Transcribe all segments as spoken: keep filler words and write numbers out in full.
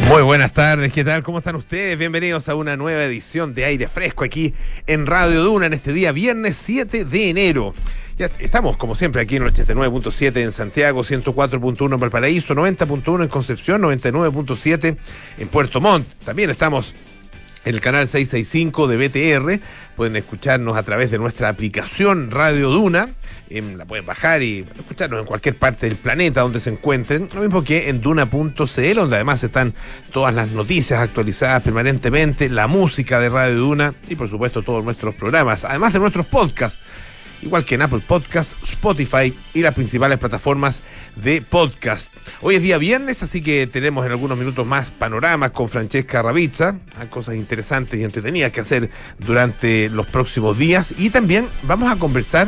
Muy buenas tardes, ¿qué tal? ¿Cómo están ustedes? Bienvenidos a una nueva edición de Aire Fresco aquí en Radio Duna en este día, viernes siete de enero. Ya estamos, como siempre, aquí en el ochenta y nueve punto siete en Santiago, ciento cuatro punto uno en Valparaíso, noventa punto uno en Concepción, noventa y nueve punto siete en Puerto Montt. También estamos en el canal seiscientos sesenta y cinco de B T R. Pueden escucharnos a través de nuestra aplicación Radio Duna. Eh, la pueden bajar y escucharnos en cualquier parte del planeta donde se encuentren, lo mismo que en duna punto c l, donde además están todas las noticias actualizadas permanentemente, la música de Radio Duna y por supuesto todos nuestros programas, además de nuestros podcasts, igual que en Apple Podcasts, Spotify y las principales plataformas de podcast. Hoy es día viernes, así que tenemos en algunos minutos más panoramas con Francesca Ravizza, cosas interesantes y entretenidas que hacer durante los próximos días, y también vamos a conversar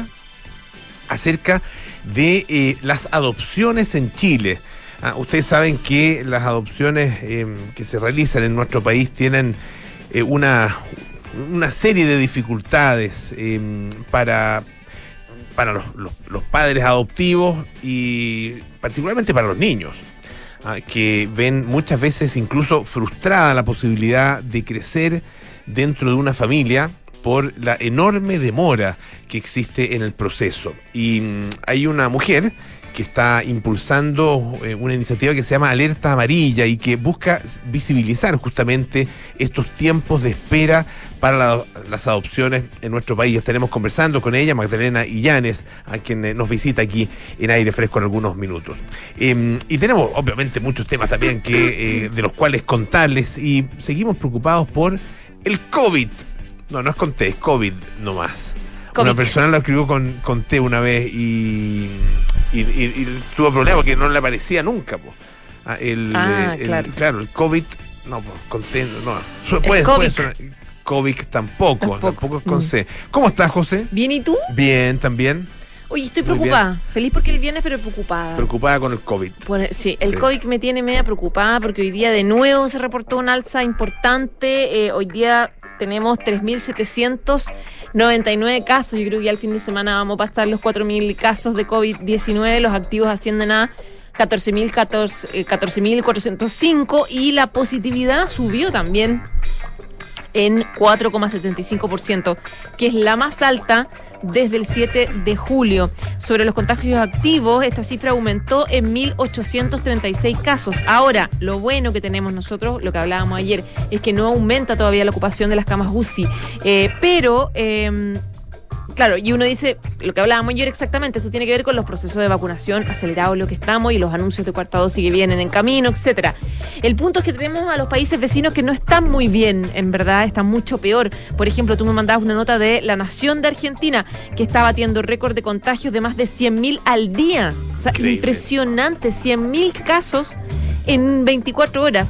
acerca de eh, las adopciones en Chile. Ah, ustedes saben que las adopciones eh, que se realizan en nuestro país tienen eh, una, una serie de dificultades eh, para, para los, los, los padres adoptivos y particularmente para los niños, ah, que ven muchas veces incluso frustrada la posibilidad de crecer dentro de una familia por la enorme demora que existe en el proceso. Y mmm, hay una mujer que está impulsando eh, una iniciativa que se llama Alerta Amarilla y que busca visibilizar justamente estos tiempos de espera para la, las adopciones en nuestro país. Estaremos conversando con ella, Magdalena Illanes, a quien eh, nos visita aquí en Aire Fresco en algunos minutos. Eh, y tenemos obviamente muchos temas también que, eh, de los cuales contarles, y seguimos preocupados por el COVID. No, no es con T, es COVID nomás. COVID. Una persona lo escribió con, con T una vez y, y, y, y tuvo problemas porque no le aparecía nunca. Po. Ah, el, ah el, claro. El, claro, el COVID, no, pues con T, no. Puede, puede sonar, COVID tampoco, tampoco, tampoco es con mm. C. ¿Cómo estás, José? Bien, ¿y tú? Bien, también. Oye, estoy preocupada. Feliz porque el viernes, pero preocupada. Preocupada con el COVID. Bueno, sí, el sí. COVID me tiene media preocupada porque hoy día de nuevo se reportó un alza importante. Eh, hoy día tenemos tres mil setecientos noventa y nueve casos. Yo creo que ya al fin de semana vamos a pasar los cuatro mil casos de COVID diecinueve. Los activos ascienden a catorce mil cuatrocientos cinco y la positividad subió también en cuatro coma setenta y cinco por ciento, que es la más alta desde el siete de julio. Sobre los contagios activos, esta cifra aumentó en mil ochocientos treinta y seis casos. Ahora, lo bueno que tenemos nosotros, lo que hablábamos ayer, es que no aumenta todavía la ocupación de las camas U C I. Eh, pero... Eh, Claro, y uno dice, lo que hablábamos ayer exactamente, eso tiene que ver con los procesos de vacunación acelerados en lo que estamos y los anuncios de cuarta dosis que vienen en camino, etcétera. El punto es que tenemos a los países vecinos que no están muy bien, en verdad, están mucho peor. Por ejemplo, tú me mandabas una nota de La Nación de Argentina, que está batiendo récord de contagios de más de cien mil al día. O sea, increíble. Impresionante, cien mil casos en veinticuatro horas.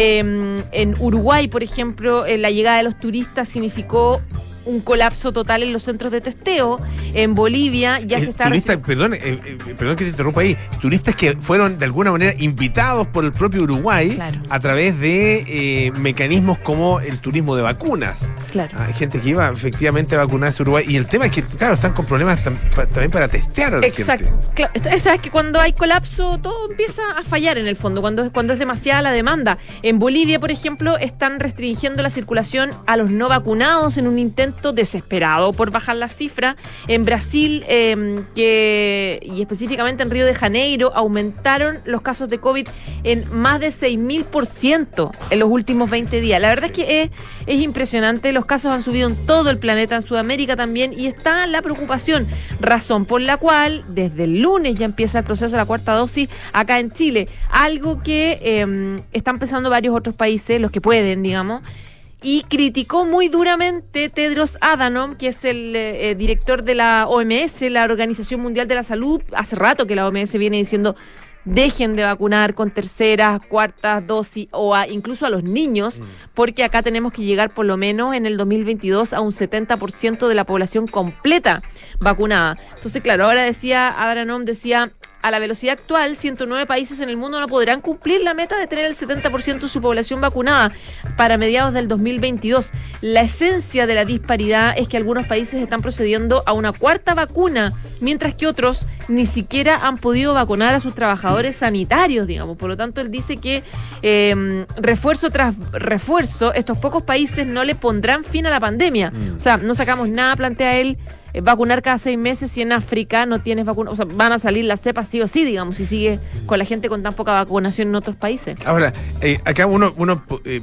Eh, en Uruguay, por ejemplo, eh, la llegada de los turistas significó un colapso total en los centros de testeo. En Bolivia ya eh, se está... Turistas, perdón, eh, eh, perdón que te interrumpa ahí, turistas que fueron de alguna manera invitados por el propio Uruguay, claro, a través de eh, mecanismos como el turismo de vacunas. Claro. Hay gente que iba efectivamente a vacunarse a Uruguay, y el tema es que, claro, están con problemas tam, pa, también para testear a la Exacto. gente. Claro. Sabes que cuando hay colapso todo empieza a fallar en el fondo, cuando, cuando es demasiada la demanda. En Bolivia, por ejemplo, están restringiendo la circulación a los no vacunados en un intento desesperado por bajar la cifra. En Brasil, eh, que y específicamente en Río de Janeiro, aumentaron los casos de COVID en más de seis mil por ciento en los últimos veinte días. La verdad es que es, es impresionante. Los casos han subido en todo el planeta, en Sudamérica también, y está la preocupación, razón por la cual desde el lunes ya empieza el proceso de la cuarta dosis acá en Chile, algo que eh, están empezando varios otros países, los que pueden, digamos. Y criticó muy duramente Tedros Adhanom, que es el eh, director de la O M S, la Organización Mundial de la Salud. Hace rato que la O M S viene diciendo: dejen de vacunar con terceras, cuartas dosis o a, incluso a los niños, porque acá tenemos que llegar por lo menos en el dos mil veintidós a un setenta por ciento de la población completa vacunada. Entonces, claro, ahora decía, Adhanom decía, a la velocidad actual, ciento nueve países en el mundo no podrán cumplir la meta de tener el setenta por ciento de su población vacunada para mediados del dos mil veintidós. La esencia de la disparidad es que algunos países están procediendo a una cuarta vacuna, mientras que otros ni siquiera han podido vacunar a sus trabajadores sanitarios, digamos. Por lo tanto, él dice que eh, refuerzo tras refuerzo, estos pocos países no le pondrán fin a la pandemia. Mm. O sea, no sacamos nada, plantea él, eh, vacunar cada seis meses si en África no tienes vacuna. O sea, van a salir las cepas sí o sí, digamos, si sigue con la gente con tan poca vacunación en otros países. Ahora, eh, acá uno... uno eh,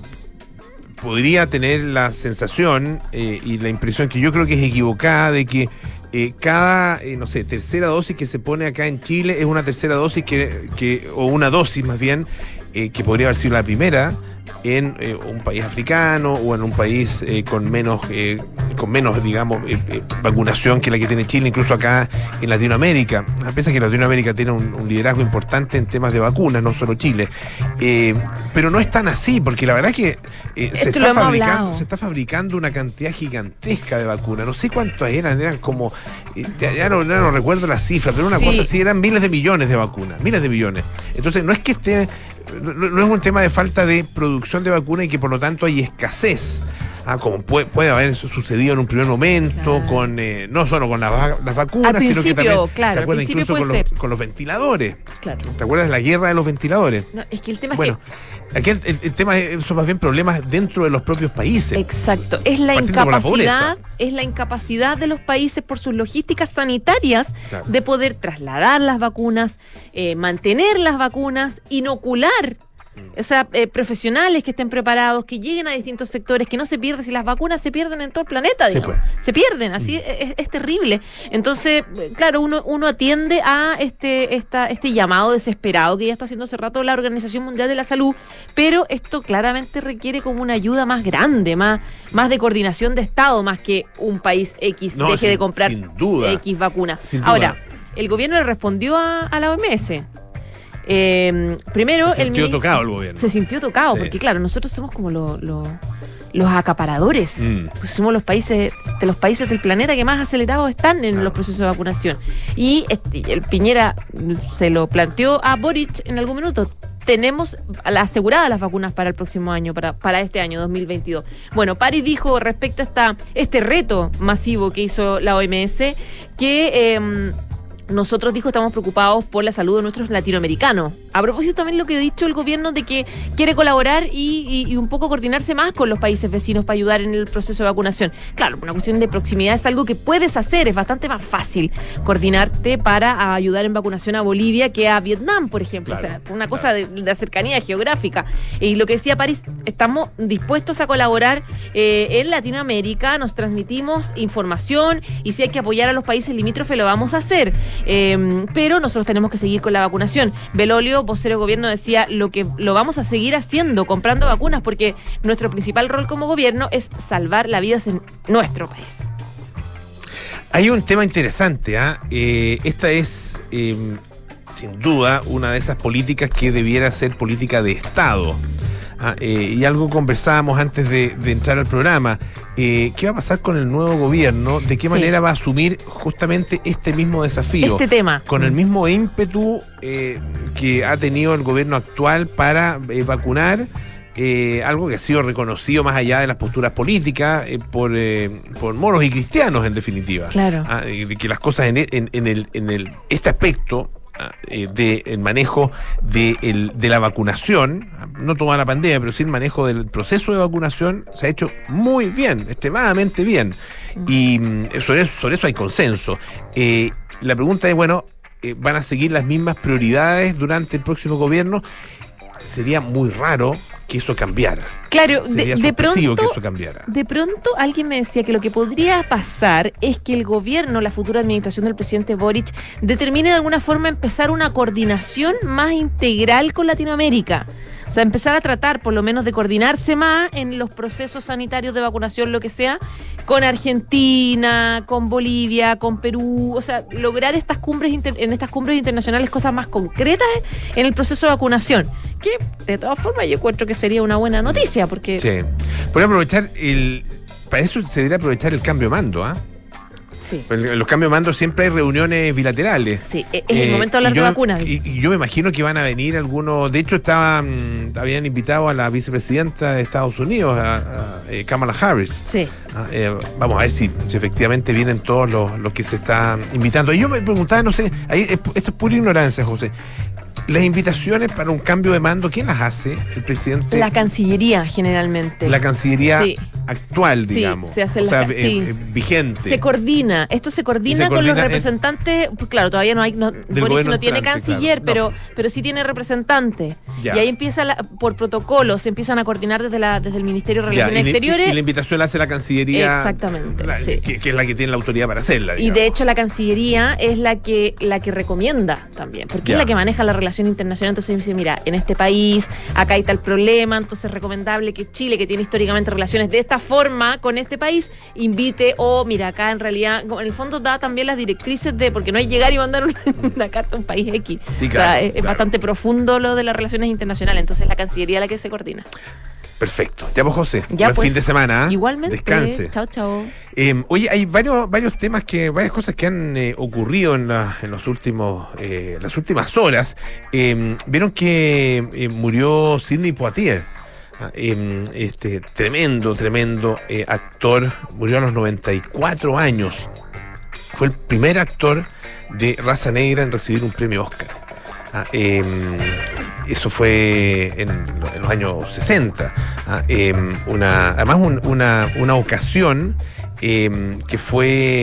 podría tener la sensación eh, y la impresión que yo creo que es equivocada de que eh, cada, eh, no sé, tercera dosis que se pone acá en Chile es una tercera dosis que, que o una dosis más bien, eh, que podría haber sido la primera en eh, un país africano o en un país eh, con menos, eh, con menos, digamos, eh, eh, vacunación que la que tiene Chile, incluso acá en Latinoamérica. A pesar que Latinoamérica tiene un, un liderazgo importante en temas de vacunas, no solo Chile. Eh, pero no es tan así, porque la verdad es que eh, se, está fabricando, se está fabricando una cantidad gigantesca de vacunas. No sé cuántas eran, eran como, eh, ya, ya, no, ya no recuerdo la cifra, pero una sí. cosa así, eran miles de millones de vacunas, miles de millones. Entonces, no es que esté... No, no es un tema de falta de producción de vacuna y que por lo tanto hay escasez, ah, como puede, puede haber sucedido en un primer momento, claro. con eh, no solo con la, las vacunas, sino que también claro, ¿te acuerdas incluso con los, con los ventiladores? Claro. ¿Te acuerdas de la guerra de los ventiladores? No, es que el tema bueno, es que... aquí el, el, el tema es, son más bien problemas dentro de los propios países. Exacto, es la incapacidad, la es la incapacidad de los países por sus logísticas sanitarias claro. de poder trasladar las vacunas, eh, mantener las vacunas, inocular. O sea, eh, profesionales que estén preparados, que lleguen a distintos sectores, que no se pierdan, si las vacunas se pierden en todo el planeta, digamos, se, se pierden, así mm. es, es terrible. Entonces, claro, uno, uno atiende a este, esta, este llamado desesperado que ya está haciendo hace rato la Organización Mundial de la Salud, pero esto claramente requiere como una ayuda más grande, más, más de coordinación de Estado, más que un país X no, deje sin, de comprar sin duda. X vacuna. Sin Ahora, duda. el gobierno le respondió a, a la O M S. Eh, primero se sintió el tocado el gobierno. Se sintió tocado, sí. porque claro, nosotros somos como lo, lo, los acaparadores. Mm. Pues somos los países, de los países del planeta que más acelerados están en claro. los procesos de vacunación. Y este, el Piñera se lo planteó a Boric en algún minuto. Tenemos aseguradas las vacunas para el próximo año, para, para este año dos mil veintidós. Bueno, París dijo respecto a esta, este reto masivo que hizo la O M S que... Eh, nosotros, dijo, estamos preocupados por la salud de nuestros latinoamericanos. A propósito también lo que ha dicho el gobierno de que quiere colaborar y, y, y un poco coordinarse más con los países vecinos para ayudar en el proceso de vacunación. Claro, una cuestión de proximidad es algo que puedes hacer, es bastante más fácil coordinarte para ayudar en vacunación a Bolivia que a Vietnam, por ejemplo. Claro, o sea, una cosa claro. de, de cercanía geográfica. Y lo que decía París, estamos dispuestos a colaborar eh, en Latinoamérica, nos transmitimos información y si hay que apoyar a los países limítrofes lo vamos a hacer. Eh, pero nosotros tenemos que seguir con la vacunación. Belolio, vocero de gobierno, decía lo que lo vamos a seguir haciendo, comprando vacunas, porque nuestro principal rol como gobierno es salvar la vida en nuestro país. Hay un tema interesante, ¿eh? Eh, esta es eh, sin duda una de esas políticas que debiera ser política de Estado. Ah, eh, y algo conversábamos antes de, de entrar al programa. Eh, ¿Qué va a pasar con el nuevo gobierno? ¿De qué sí. manera va a asumir justamente este mismo desafío? Este tema. Con el mismo ímpetu eh, que ha tenido el gobierno actual para eh, vacunar, eh, algo que ha sido reconocido más allá de las posturas políticas eh, por, eh, por moros y cristianos, en definitiva. Claro. Ah, de que las cosas en, en, en, el, en el, este aspecto Eh, del manejo de, el, de la vacunación, no toda la pandemia, pero sí el manejo del proceso de vacunación se ha hecho muy bien, extremadamente bien, y mm, sobre, eso, sobre eso hay consenso. Eh, la pregunta es, bueno, eh, ¿van a seguir las mismas prioridades durante el próximo gobierno? Sería muy raro que eso cambiara. Claro, de, de pronto que eso cambiara. De pronto alguien me decía que lo que podría pasar es que el gobierno, la futura administración del presidente Boric, determine de alguna forma empezar una coordinación más integral con Latinoamérica. O sea, empezar a tratar por lo menos de coordinarse más en los procesos sanitarios de vacunación, lo que sea, con Argentina, con Bolivia, con Perú. O sea, lograr estas cumbres inter- en estas cumbres internacionales cosas más concretas en el proceso de vacunación. Que, de todas formas, yo encuentro que sería una buena noticia, porque... Sí. Podría aprovechar el... Para eso se debería aprovechar el cambio de mando, ¿ah? ¿eh? Sí. En los cambios de mando siempre hay reuniones bilaterales. Sí, es el eh, momento de hablar de vacunas. Y, y yo me imagino que van a venir algunos, de hecho estaban, habían invitado a la vicepresidenta de Estados Unidos, a, a, a Kamala Harris. Sí. Ah, eh, vamos a ver si, si efectivamente vienen todos los, los que se están invitando. Y yo me preguntaba, no sé, ahí, esto es pura ignorancia, José. Las invitaciones para un cambio de mando, ¿quién las hace? ¿El presidente? La Cancillería, generalmente. La Cancillería sí. actual, digamos. Sí, se hace o sea, la, eh, sí. eh, vigente. Se coordina. Esto se coordina, se coordina con los representantes. En, pues claro, todavía no hay. No, Boric no tiene canciller, claro. pero, no. pero sí tiene representante. Ya. Y ahí empieza, la, por protocolo, se empiezan a coordinar desde, la, desde el Ministerio de Relaciones ya, y Exteriores. Y, y la invitación la hace la Cancillería. Exactamente. La, sí. que, que es la que tiene la autoridad para hacerla. Digamos. Y de hecho, la Cancillería es la que, la que recomienda también, porque ya. es la que maneja la relación internacional. Entonces dice, mira, en este país, acá hay tal problema, entonces es recomendable que Chile, que tiene históricamente relaciones de esta forma con este país, invite, o oh, mira, acá en realidad, en el fondo da también las directrices de, porque no es llegar y mandar una, una carta a un país X. Sí, claro, o sea, es, claro. es bastante profundo lo de las relaciones internacionales, entonces la Cancillería es la que se coordina. Perfecto. Ya pues, José. Ya buen pues, fin de semana. ¿eh? Igualmente. Descanse. Chao, chao. Eh, oye, hay varios varios temas que, varias cosas que han eh, ocurrido en, la, en los últimos, eh, las últimas horas. Eh, Vieron que eh, murió Sidney Poitier. Eh, este tremendo, tremendo eh, actor. Murió a los noventa y cuatro años. Fue el primer actor de raza negra en recibir un premio Oscar. Ah, eh, eso fue en, en los años sesenta. Ah, eh, una, además, un, una, una ocasión eh, que fue.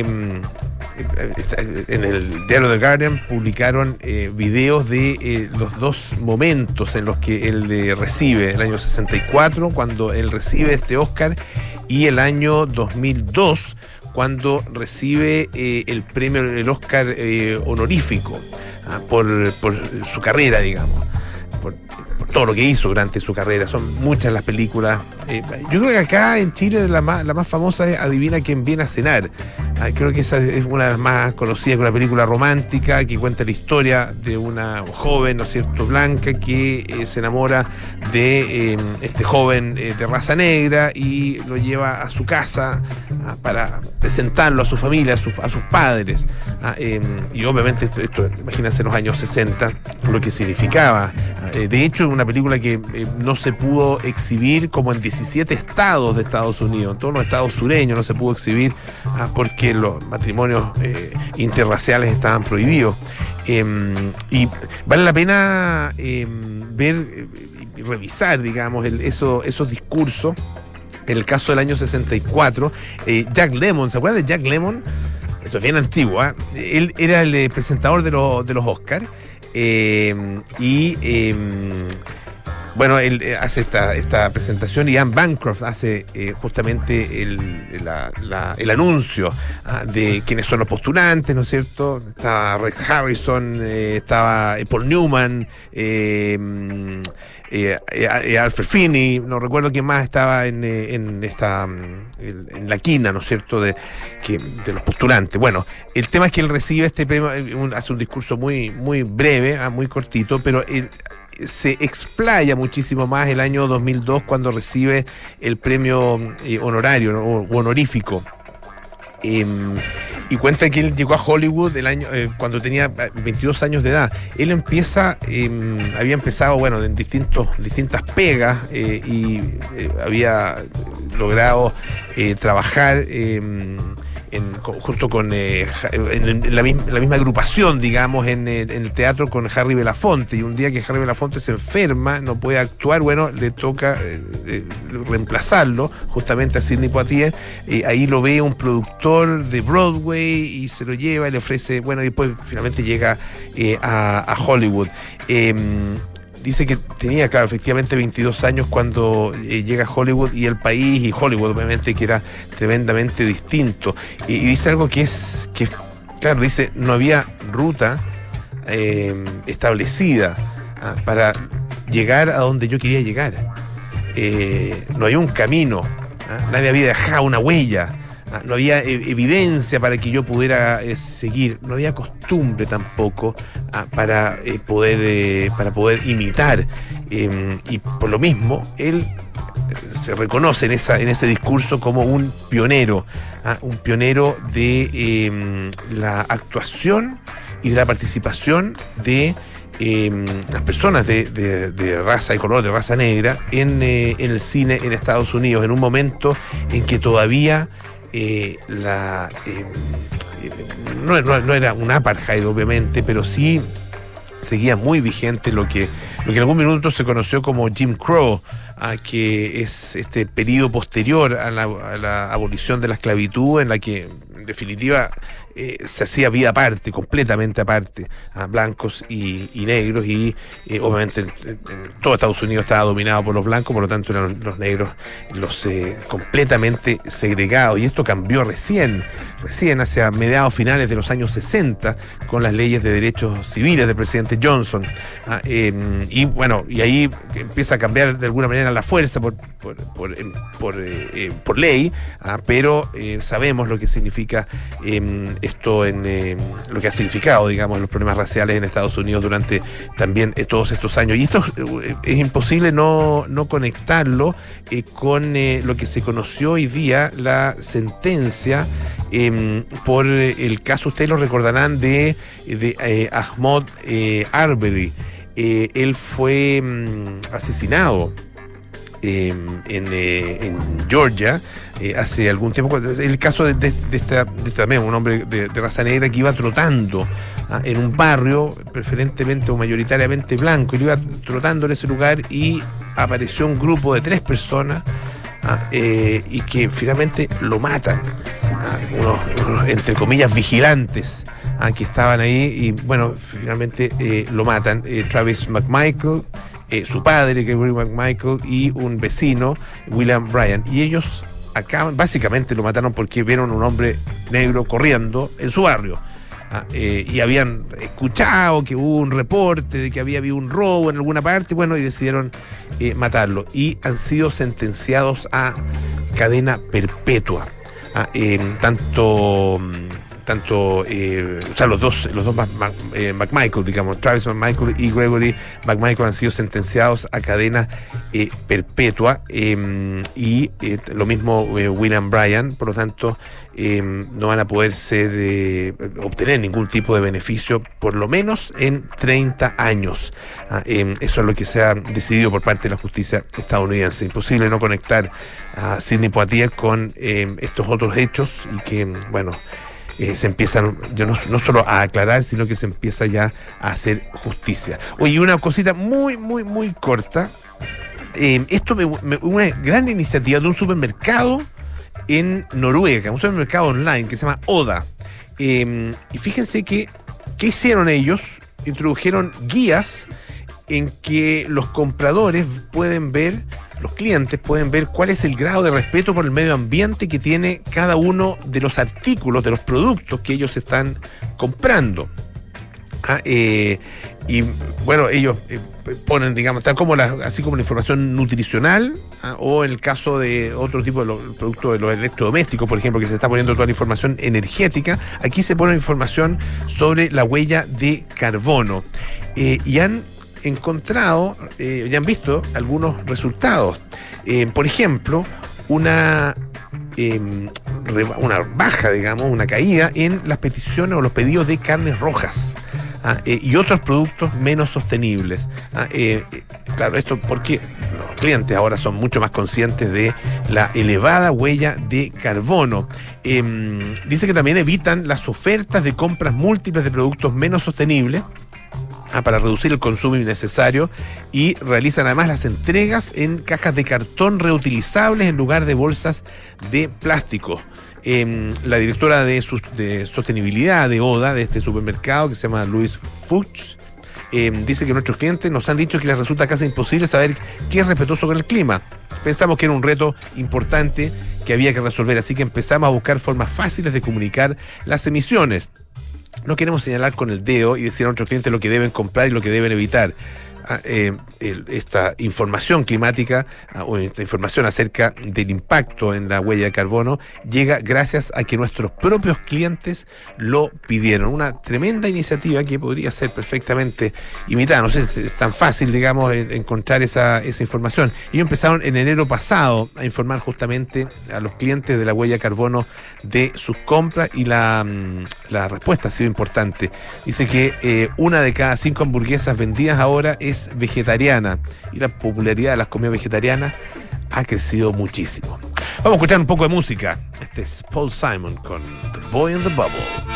En el diario The Guardian publicaron eh, videos de eh, los dos momentos en los que él eh, recibe, el año sesenta y cuatro, cuando él recibe este Oscar, y el año dos mil dos, cuando recibe eh, el premio, el Oscar eh, honorífico. Por, por su carrera, digamos, por, por todo lo que hizo durante su carrera. Son muchas las películas. Eh, yo creo que acá en Chile la más, la más famosa es Adivina quién viene a cenar. Ah, creo que esa es una de las más conocidas, una película romántica que cuenta la historia de una joven, ¿no es cierto?, blanca, que eh, se enamora de eh, este joven eh, de raza negra y lo lleva a su casa ah, para presentarlo a su familia, a, su, a sus padres. Ah, eh, y obviamente esto, esto, imagínense en los años sesenta, lo que significaba. Eh, de hecho, una película que eh, no se pudo exhibir como en diecisiete estados de Estados Unidos, en todos los estados sureños no se pudo exhibir ah, porque los matrimonios eh, interraciales estaban prohibidos. Eh, y vale la pena eh, ver y eh, revisar, digamos, el, eso, esos discursos. En el caso del año sesenta y cuatro, eh, Jack Lemmon, ¿se acuerdan de Jack Lemmon? Esto es bien antiguo, ¿eh? Él era el eh, presentador de, lo, de los Oscars eh, y eh, bueno, él eh, hace esta, esta presentación y Anne Bancroft hace eh, justamente el, la, la, el anuncio ah, de quiénes son los postulantes, ¿no es cierto? Estaba Rex Harrison, eh, estaba Paul Newman, eh, Eh, eh, Alfred Finney, no recuerdo quién más estaba en, eh, en esta en la quina, ¿no es cierto?, de, que, de los postulantes. Bueno, el tema es que él recibe este premio, un, hace un discurso muy, muy breve, ah, muy cortito, pero él se explaya muchísimo más el año dos mil dos cuando recibe el premio eh, honorario, ¿no?, o honorífico. Eh, y cuenta que él llegó a Hollywood el año eh, cuando tenía veintidós años de edad. Él empieza, eh, había empezado, bueno, en distintos, distintas pegas eh, y eh, había logrado eh, trabajar eh, en, junto con eh, en, en, la misma, en la misma agrupación, digamos, en, en el teatro con Harry Belafonte. Y un día que Harry Belafonte se enferma, no puede actuar, bueno, le toca eh, eh, reemplazarlo justamente a Sidney Poitier. Eh, ahí lo ve un productor de Broadway y se lo lleva y le ofrece, bueno, y después finalmente llega eh, a, a Hollywood. Eh, Dice que tenía, claro, efectivamente veintidós años cuando eh, llega a Hollywood, y el país y Hollywood obviamente que era tremendamente distinto. Y, y dice algo que es, que claro, dice, no había ruta eh, establecida ah, para llegar a donde yo quería llegar. Eh, no había un camino, ah, nadie había dejado una huella. No había evidencia para que yo pudiera eh, seguir, no había costumbre tampoco ah, para, eh, poder, eh, para poder imitar. Eh, y por lo mismo, él se reconoce en, esa, en ese discurso como un pionero, ¿ah? un pionero de eh, la actuación y de la participación de eh, las personas de, de, de raza y color, de raza negra, en, eh, en el cine en Estados Unidos, en un momento en que todavía eh, la eh, no, no, no era un apartheid, obviamente, pero sí seguía muy vigente lo que, lo que en algún minuto se conoció como Jim Crow, a que es este periodo posterior a la, a la abolición de la esclavitud, en la que en definitiva eh, se hacía vida aparte, completamente aparte, a blancos y, y negros, y eh, obviamente en, en todo Estados Unidos estaba dominado por los blancos, por lo tanto eran los, los negros los eh, completamente segregados, y esto cambió recién, recién hacia mediados finales de los años sesenta, con las leyes de derechos civiles del presidente Johnson, ah, eh, y bueno, y ahí empieza a cambiar de alguna manera la fuerza por, por, por, por, eh, por ley, ah, pero eh, sabemos lo que significa eh, esto en eh, lo que ha significado, digamos, los problemas raciales en Estados Unidos durante también eh, todos estos años. Y esto eh, es imposible no, no conectarlo eh, con eh, lo que se conoció hoy día, la sentencia eh, por el caso, ustedes lo recordarán, de, de eh, Ahmaud eh, Arbery. Eh, él fue mm, asesinado Eh, en, eh, en Georgia eh, hace algún tiempo. El caso de, de, de, esta, de esta también un hombre de, de raza negra que iba trotando ¿ah? en un barrio preferentemente o mayoritariamente blanco, y iba trotando en ese lugar y apareció un grupo de tres personas ¿ah? eh, y que finalmente lo matan, ¿ah? unos, unos entre comillas vigilantes ¿ah? que estaban ahí, y bueno, finalmente eh, lo matan. eh, Travis McMichael, Eh, su padre, Gregory McMichael, y un vecino, William Bryan, y ellos acaban, básicamente lo mataron porque vieron un hombre negro corriendo en su barrio, ah, eh, y habían escuchado que hubo un reporte de que había habido un robo en alguna parte, bueno, y decidieron eh, matarlo, y han sido sentenciados a cadena perpetua, ah, eh, tanto tanto, eh, o sea, los dos, los dos eh, McMichael, digamos, Travis McMichael y Gregory McMichael han sido sentenciados a cadena eh, perpetua, eh, y eh, lo mismo eh, William Bryan. Por lo tanto, eh, no van a poder ser eh, obtener ningún tipo de beneficio, por lo menos en treinta años. Ah, eh, eso es lo que se ha decidido por parte de la justicia estadounidense. Imposible no conectar a Sidney Poitier con eh, estos otros hechos, y que, bueno, Eh, se empiezan yo no, no solo a aclarar, sino que se empieza ya a hacer justicia. Oye, una cosita muy, muy, muy corta. Eh, esto me, me, una gran iniciativa de un supermercado en Noruega, un supermercado online que se llama Oda. Eh, y fíjense que, ¿qué hicieron ellos? Introdujeron guías en que los compradores pueden ver, los clientes pueden ver cuál es el grado de respeto por el medio ambiente que tiene cada uno de los artículos, de los productos que ellos están comprando. Ah, eh, y bueno, ellos eh, ponen, digamos, tal como la, así como la información nutricional, ah, o en el caso de otro tipo de los productos de los electrodomésticos, por ejemplo, que se está poniendo toda la información energética, aquí se pone información sobre la huella de carbono. Eh, y han encontrado, eh, ya han visto algunos resultados. Eh, por ejemplo, una, eh, una baja, digamos, una caída en las peticiones o los pedidos de carnes rojas. Ah, eh, y otros productos menos sostenibles. Ah, eh, eh, claro, esto porque los clientes ahora son mucho más conscientes de la elevada huella de carbono. Eh, dice que también evitan las ofertas de compras múltiples de productos menos sostenibles, Ah, para reducir el consumo innecesario, y realizan además las entregas en cajas de cartón reutilizables en lugar de bolsas de plástico. Eh, la directora de, sus, de sostenibilidad de Oda, de este supermercado, que se llama Louise Fuchs, eh, dice que nuestros clientes nos han dicho que les resulta casi imposible saber qué es respetuoso con el clima. Pensamos que era un reto importante que había que resolver, así que empezamos a buscar formas fáciles de comunicar las emisiones. No queremos señalar con el dedo y decir a nuestros clientes lo que deben comprar y lo que deben evitar. eh, el, esta información climática uh, o esta información acerca del impacto en la huella de carbono llega gracias a que nuestros propios clientes lo pidieron. Una tremenda iniciativa que podría ser perfectamente imitada. No sé si es tan fácil, digamos, encontrar esa, esa información. Ellos empezaron en enero pasado a informar justamente a los clientes de la huella de carbono de sus compras y la, la respuesta ha sido importante. Dice que eh, una de cada cinco hamburguesas vendidas ahora es vegetariana y la popularidad de las comidas vegetarianas ha crecido muchísimo. Vamos a escuchar un poco de música. Este es Paul Simon con The Boy in the Bubble.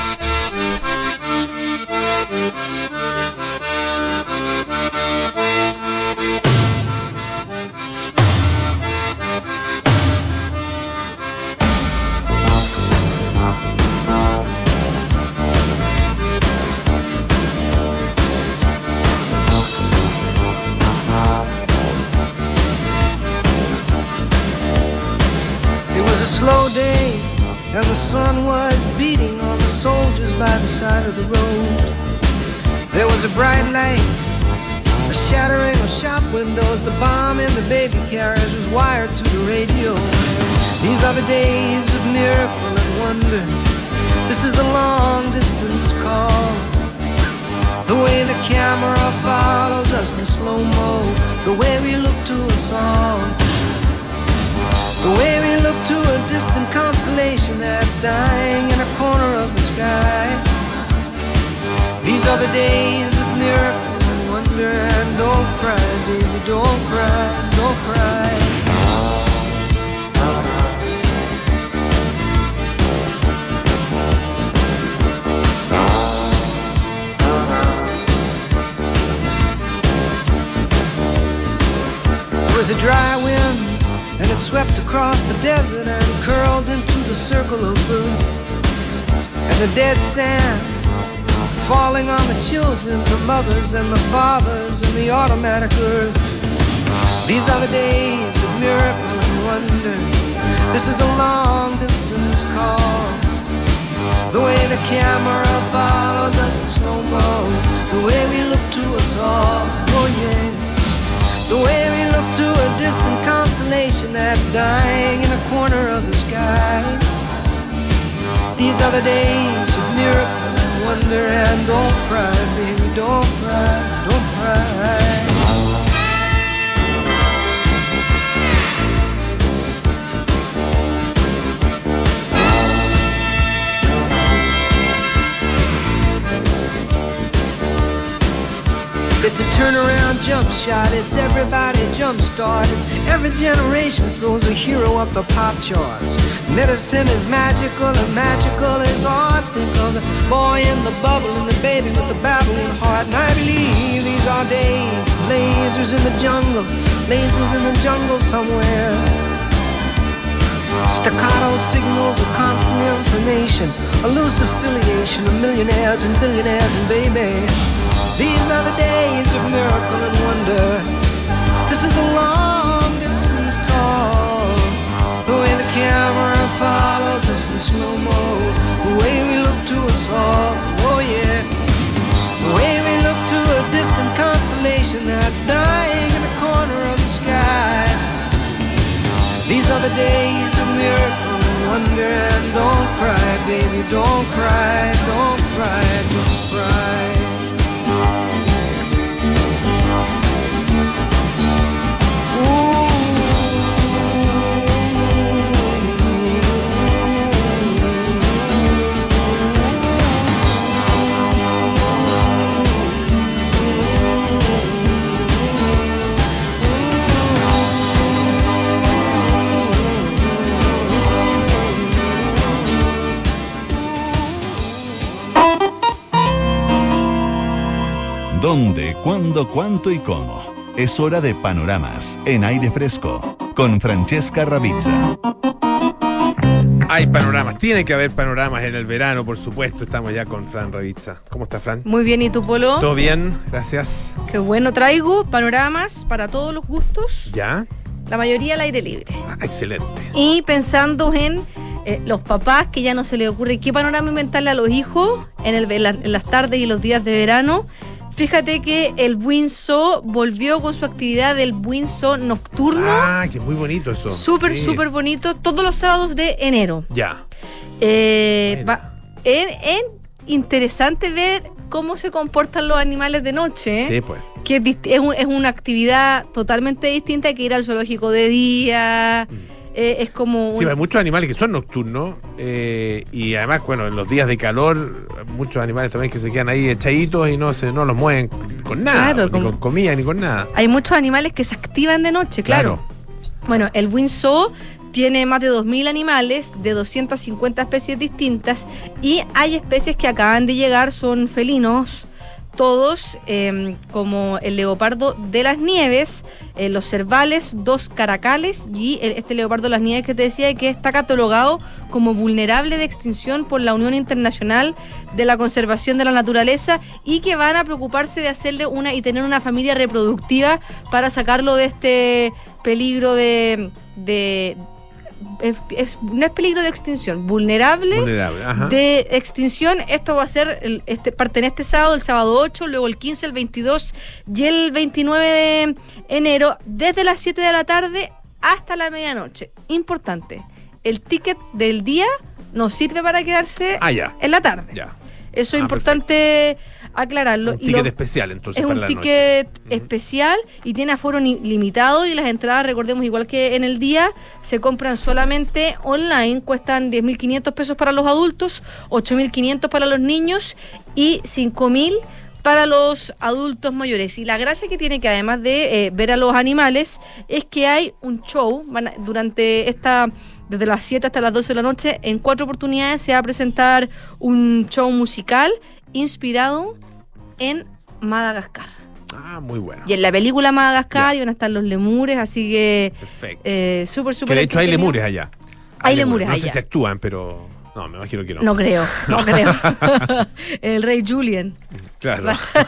Slow day, and the sun was beating on the soldiers by the side of the road. There was a bright light, a shattering of shop windows. The bomb in the baby carriage was wired to the radio. These are the days of miracle and wonder. This is the long distance call. The way the camera follows us in slow-mo, the way we look to us all. The way we look to a distant constellation that's dying in a corner of the sky. These are the days of miracle and wonder. And don't cry, baby, don't cry, don't cry. There was a dry wind, and it swept across the desert and curled into the circle of blue. And the dead sand falling on the children, the mothers and the fathers and the automatic earth. These are the days of miracle and wonder. This is the long distance call. The way the camera follows us in slow-mo, the way we look to us all, oh yeah. The way we look to a distant constellation that's dying in a corner of the sky. These are the days of miracle and wonder. And don't cry, baby, don't cry, don't cry. It's a turnaround jump shot, it's everybody jump start. It's every generation throws a hero up the pop charts. Medicine is magical and magical is art. Think of the boy in the bubble and the baby with the babbling heart. And I believe these are days, lasers in the jungle, lasers in the jungle somewhere. Staccato signals of constant information, a loose affiliation of millionaires and billionaires and baby. These are the days of miracle and wonder. This is the long distance call. The way the camera follows us in slow-mo, the way we look to us all, oh yeah. The way we look to a distant constellation that's dying in the corner of the sky. These are the days of miracle and wonder. And don't cry, baby, don't cry, don't cry, don't cry. ¿Dónde, cuándo, cuánto y cómo? Es hora de panoramas en aire fresco con Francesca Ravizza. Hay panoramas, tiene que haber panoramas en el verano, por supuesto. Estamos ya con Fran Ravizza. ¿Cómo estás, Fran? Muy bien, ¿y tú, Polo? Todo bien, gracias. Qué bueno, traigo panoramas para todos los gustos. ¿Ya? La mayoría al aire libre. Ah, excelente. Y pensando en eh, los papás que ya no se les ocurre qué panorama inventarle a los hijos en, el, en, la, en las tardes y los días de verano, Fíjate que el Buen Zoo volvió con su actividad del Buen Zoo nocturno. Ah, que muy bonito eso. Súper, Sí. súper bonito. Todos los sábados de enero. Ya. Eh, Bueno. va- es, es interesante ver cómo se comportan los animales de noche. ¿eh? Sí, pues. Que es, dist- es, un- es una actividad totalmente distinta que ir al zoológico de día. Eh, es como Sí, un- hay muchos animales que son nocturnos eh, y además, bueno, en los días de calor, muchos animales también que se quedan ahí echaditos y no se no los mueven con nada, Claro, ni como- con comida, ni con nada. hay muchos animales que se activan de noche, claro. Bueno, el Buen Zoo tiene más de dos mil animales de doscientas cincuenta especies distintas y hay especies que acaban de llegar, son felinos, todos eh, como el leopardo de las nieves, eh, los cervales, dos caracales y el- este leopardo de las nieves que te decía que está catalogado como vulnerable de extinción por la Unión Internacional de la Conservación de la Naturaleza y que van a preocuparse de hacerle una y tener una familia reproductiva para sacarlo de este peligro de... de es- es- no es peligro de extinción, vulnerable Vulnerable, ajá. de extinción. Esto va a ser el, este, parte en este sábado, el sábado ocho, luego el quince, el veintidós y el veintinueve de enero, desde las siete de la tarde hasta la medianoche. Importante, el ticket del día no sirve para quedarse Ah, ya. en la tarde. Ya. Eso es Ah, importante aclararlo. Un Y ticket lo- especial entonces es para un la ticket noche. especial y tiene aforo ni- limitado y las entradas, recordemos, igual que en el día, se compran solamente online, cuestan diez mil quinientos pesos para los adultos, ocho mil quinientos para los niños y cinco mil para los adultos mayores. Y la gracia que tiene, que además de eh, ver a los animales, es que hay un show van a- durante esta... Desde las siete hasta las doce de la noche, en cuatro oportunidades se va a presentar un show musical inspirado en Madagascar. Ah, muy bueno. Y en la película Madagascar Ya. iban a estar los lemures, así que Perfecto. eh, súper, Que súper de hecho hay entretenido. lemures allá. Hay lemures No allá. sé si actúan, pero no, me imagino que no. No creo, no creo. El rey Julian Claro.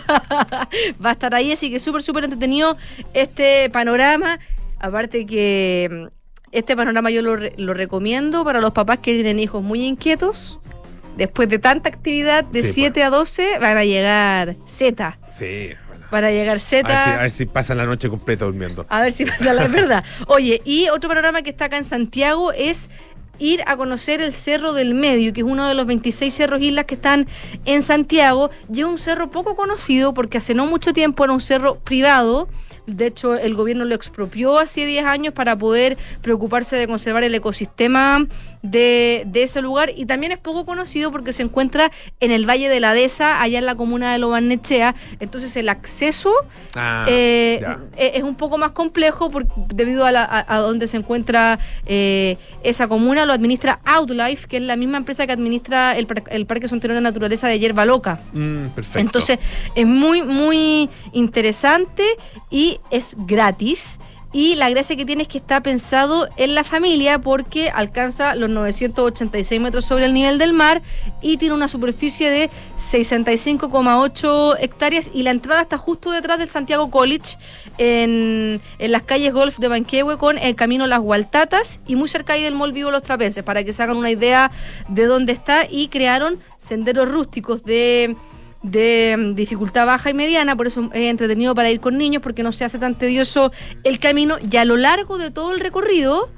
va a estar ahí, así que súper, súper entretenido este panorama. Aparte que mm, este panorama yo lo, re- lo recomiendo para los papás que tienen hijos muy inquietos. Después de tanta actividad de Sí, siete a doce van a llegar Z. Sí, bueno. Van a llegar A ver, si, a Z. ver si pasan la noche completa durmiendo. A ver si pasa la verdad. Oye, y otro panorama que está acá en Santiago es ir a conocer el Cerro del Medio, que es uno de los veintiséis cerros islas que están en Santiago. Y es un cerro poco conocido porque hace no mucho tiempo era un cerro privado. De hecho, el gobierno lo expropió hace diez años para poder preocuparse de conservar el ecosistema de, de ese lugar. Y también es poco conocido porque se encuentra en el Valle de la Dehesa, allá en la comuna de Lo Barnechea. Entonces, el acceso Ah, eh, ya. es es un poco más complejo por- debido a, la, a, a donde se encuentra eh, esa comuna. Lo administra Outlife, que es la misma empresa que administra el, par- el Parque Centenario de Naturaleza de Yerba Loca. Mm, perfecto. Entonces es muy, muy interesante y es gratis. Y la gracia que tiene es que está pensado en la familia porque alcanza los novecientos ochenta y seis metros sobre el nivel del mar y tiene una superficie de sesenta y cinco coma ocho hectáreas y la entrada está justo detrás del Santiago College en, en las calles Golf de Manquehue con el camino Las Gualtatas y muy cerca ahí del Mall Vivo Los Trapenses para que se hagan una idea de dónde está. Y crearon senderos rústicos de de mm, dificultad baja y mediana, por eso es entretenido para ir con niños porque no se hace tan tedioso el camino y a lo largo de todo el recorrido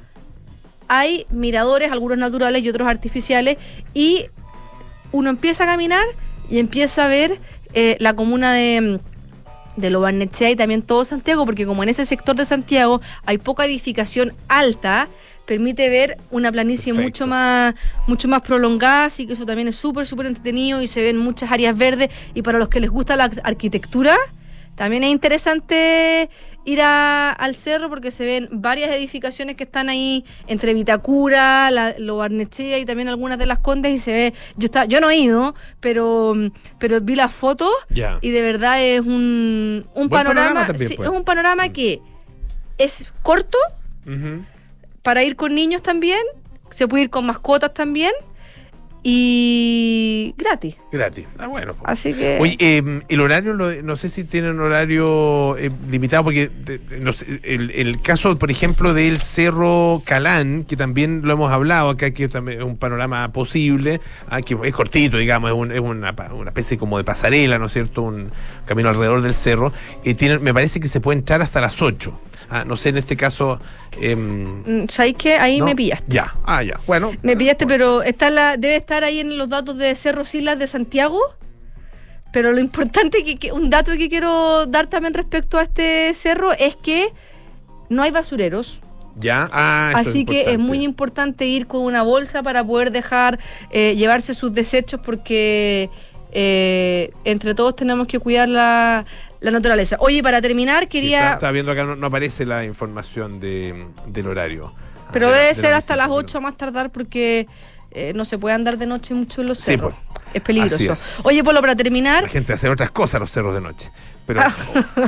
hay miradores, algunos naturales y otros artificiales y uno empieza a caminar y empieza a ver eh, la comuna de de Lo Barnechea y también todo Santiago, porque como en ese sector de Santiago hay poca edificación alta, permite ver una planicie Perfecto. mucho más mucho más prolongada, así que eso también es súper, súper entretenido y se ven muchas áreas verdes y para los que les gusta la ar- arquitectura, también es interesante ir a- al cerro porque se ven varias edificaciones que están ahí entre Vitacura, la, Lo Barnechea y también algunas de las Condes y se ve, yo está, yo no he ido, pero, pero vi las fotos Ya. y de verdad es un, un Buen panorama, panorama también, sí, pues. es un panorama que es corto Ujú. para ir con niños también, se puede ir con mascotas también y gratis. Gratis. Ah, bueno. Así que... Oye, eh, el horario, lo, no sé si tienen horario eh, limitado, porque de, de, no sé, el, el caso, por ejemplo, del Cerro Calán, que también lo hemos hablado acá, que también es un panorama posible, ah, que es cortito, digamos, es, un, es una, una especie como de pasarela, ¿no es cierto? Un camino alrededor del cerro. Eh, tiene, me parece que se puede entrar hasta las ocho. Ah, no sé, en este caso... Eh, ¿Sabes qué? Ahí ¿no? me pillaste. Ya, ah, ya, bueno. Me pillaste, pero está la, debe estar ahí en los datos de Cerro Silas de Santiago. Pero lo importante, que, que un dato que quiero dar también respecto a este cerro es que no hay basureros. Ya, ah, eso Así es que importante. es muy importante ir con una bolsa para poder dejar, eh, llevarse sus desechos, porque eh, entre todos tenemos que cuidar la, la naturaleza. Oye, para terminar, Sí, quería... está, está viendo acá, no, no aparece la información de, del horario. Pero de la- debe de ser la hasta visita, las ocho a más tardar, porque eh, no se puede andar de noche mucho en los Sí, cerros. pues. Es peligroso. Así es. Oye, Polo, para terminar... La gente hace otras cosas a los cerros de noche. Pero a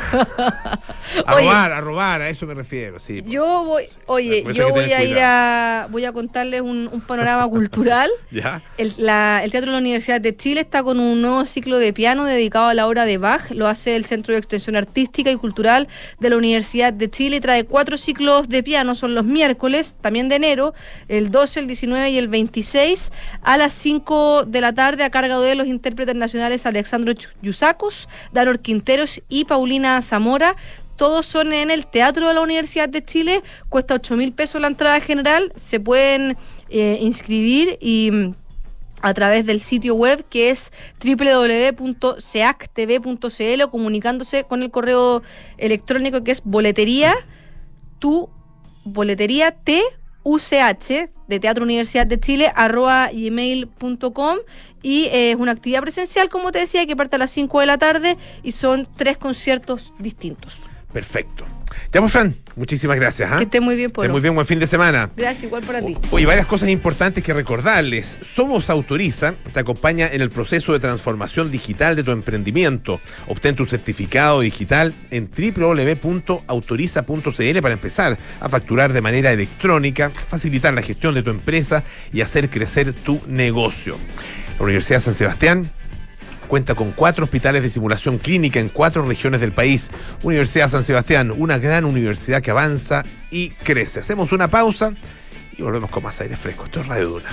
Oye. robar, a robar, a eso me refiero, sí. Yo voy, oye, Por eso yo hay que voy tener a ir cuidado. a, voy a contarles un, un panorama cultural. ¿Ya? El, la- el Teatro de la Universidad de Chile está con un nuevo ciclo de piano dedicado a la obra de Bach. Lo hace el Centro de Extensión Artística y Cultural de la Universidad de Chile. Trae cuatro ciclos de piano, son los miércoles, también de enero, el doce, el diecinueve y el veintiséis, a las cinco de la tarde, a cargo de los intérpretes nacionales Alexandro Yusakos, Danor Quinteros y Paulina Zamora. Todos son en el Teatro de la Universidad de Chile. Cuesta ocho mil pesos la entrada general. Se pueden eh, inscribir y mm, a través del sitio web, que es doble u doble u doble u punto seactv punto c l, o comunicándose con el correo electrónico, que es boletería tu boletería T U C H de Teatro Universidad de Chile arroba gmail punto com, y eh, es una actividad presencial, como te decía, que parte a las cinco de la tarde y son tres conciertos distintos. Perfecto. Ya, pues, Fran, muchísimas gracias. ¿ah? Que esté muy bien, Esté Polo. muy bien, buen fin de semana. Gracias, igual para ti. Oye, varias cosas importantes que recordarles. Somos Autoriza te acompaña en el proceso de transformación digital de tu emprendimiento. Obtén tu certificado digital en doble u doble u doble u punto autoriza punto c l para empezar a facturar de manera electrónica, facilitar la gestión de tu empresa y hacer crecer tu negocio. La Universidad de San Sebastián cuenta con cuatro hospitales de simulación clínica en cuatro regiones del país. Universidad San Sebastián, una gran universidad que avanza y crece. Hacemos una pausa y volvemos con más aire fresco. Esto es Radio Duna.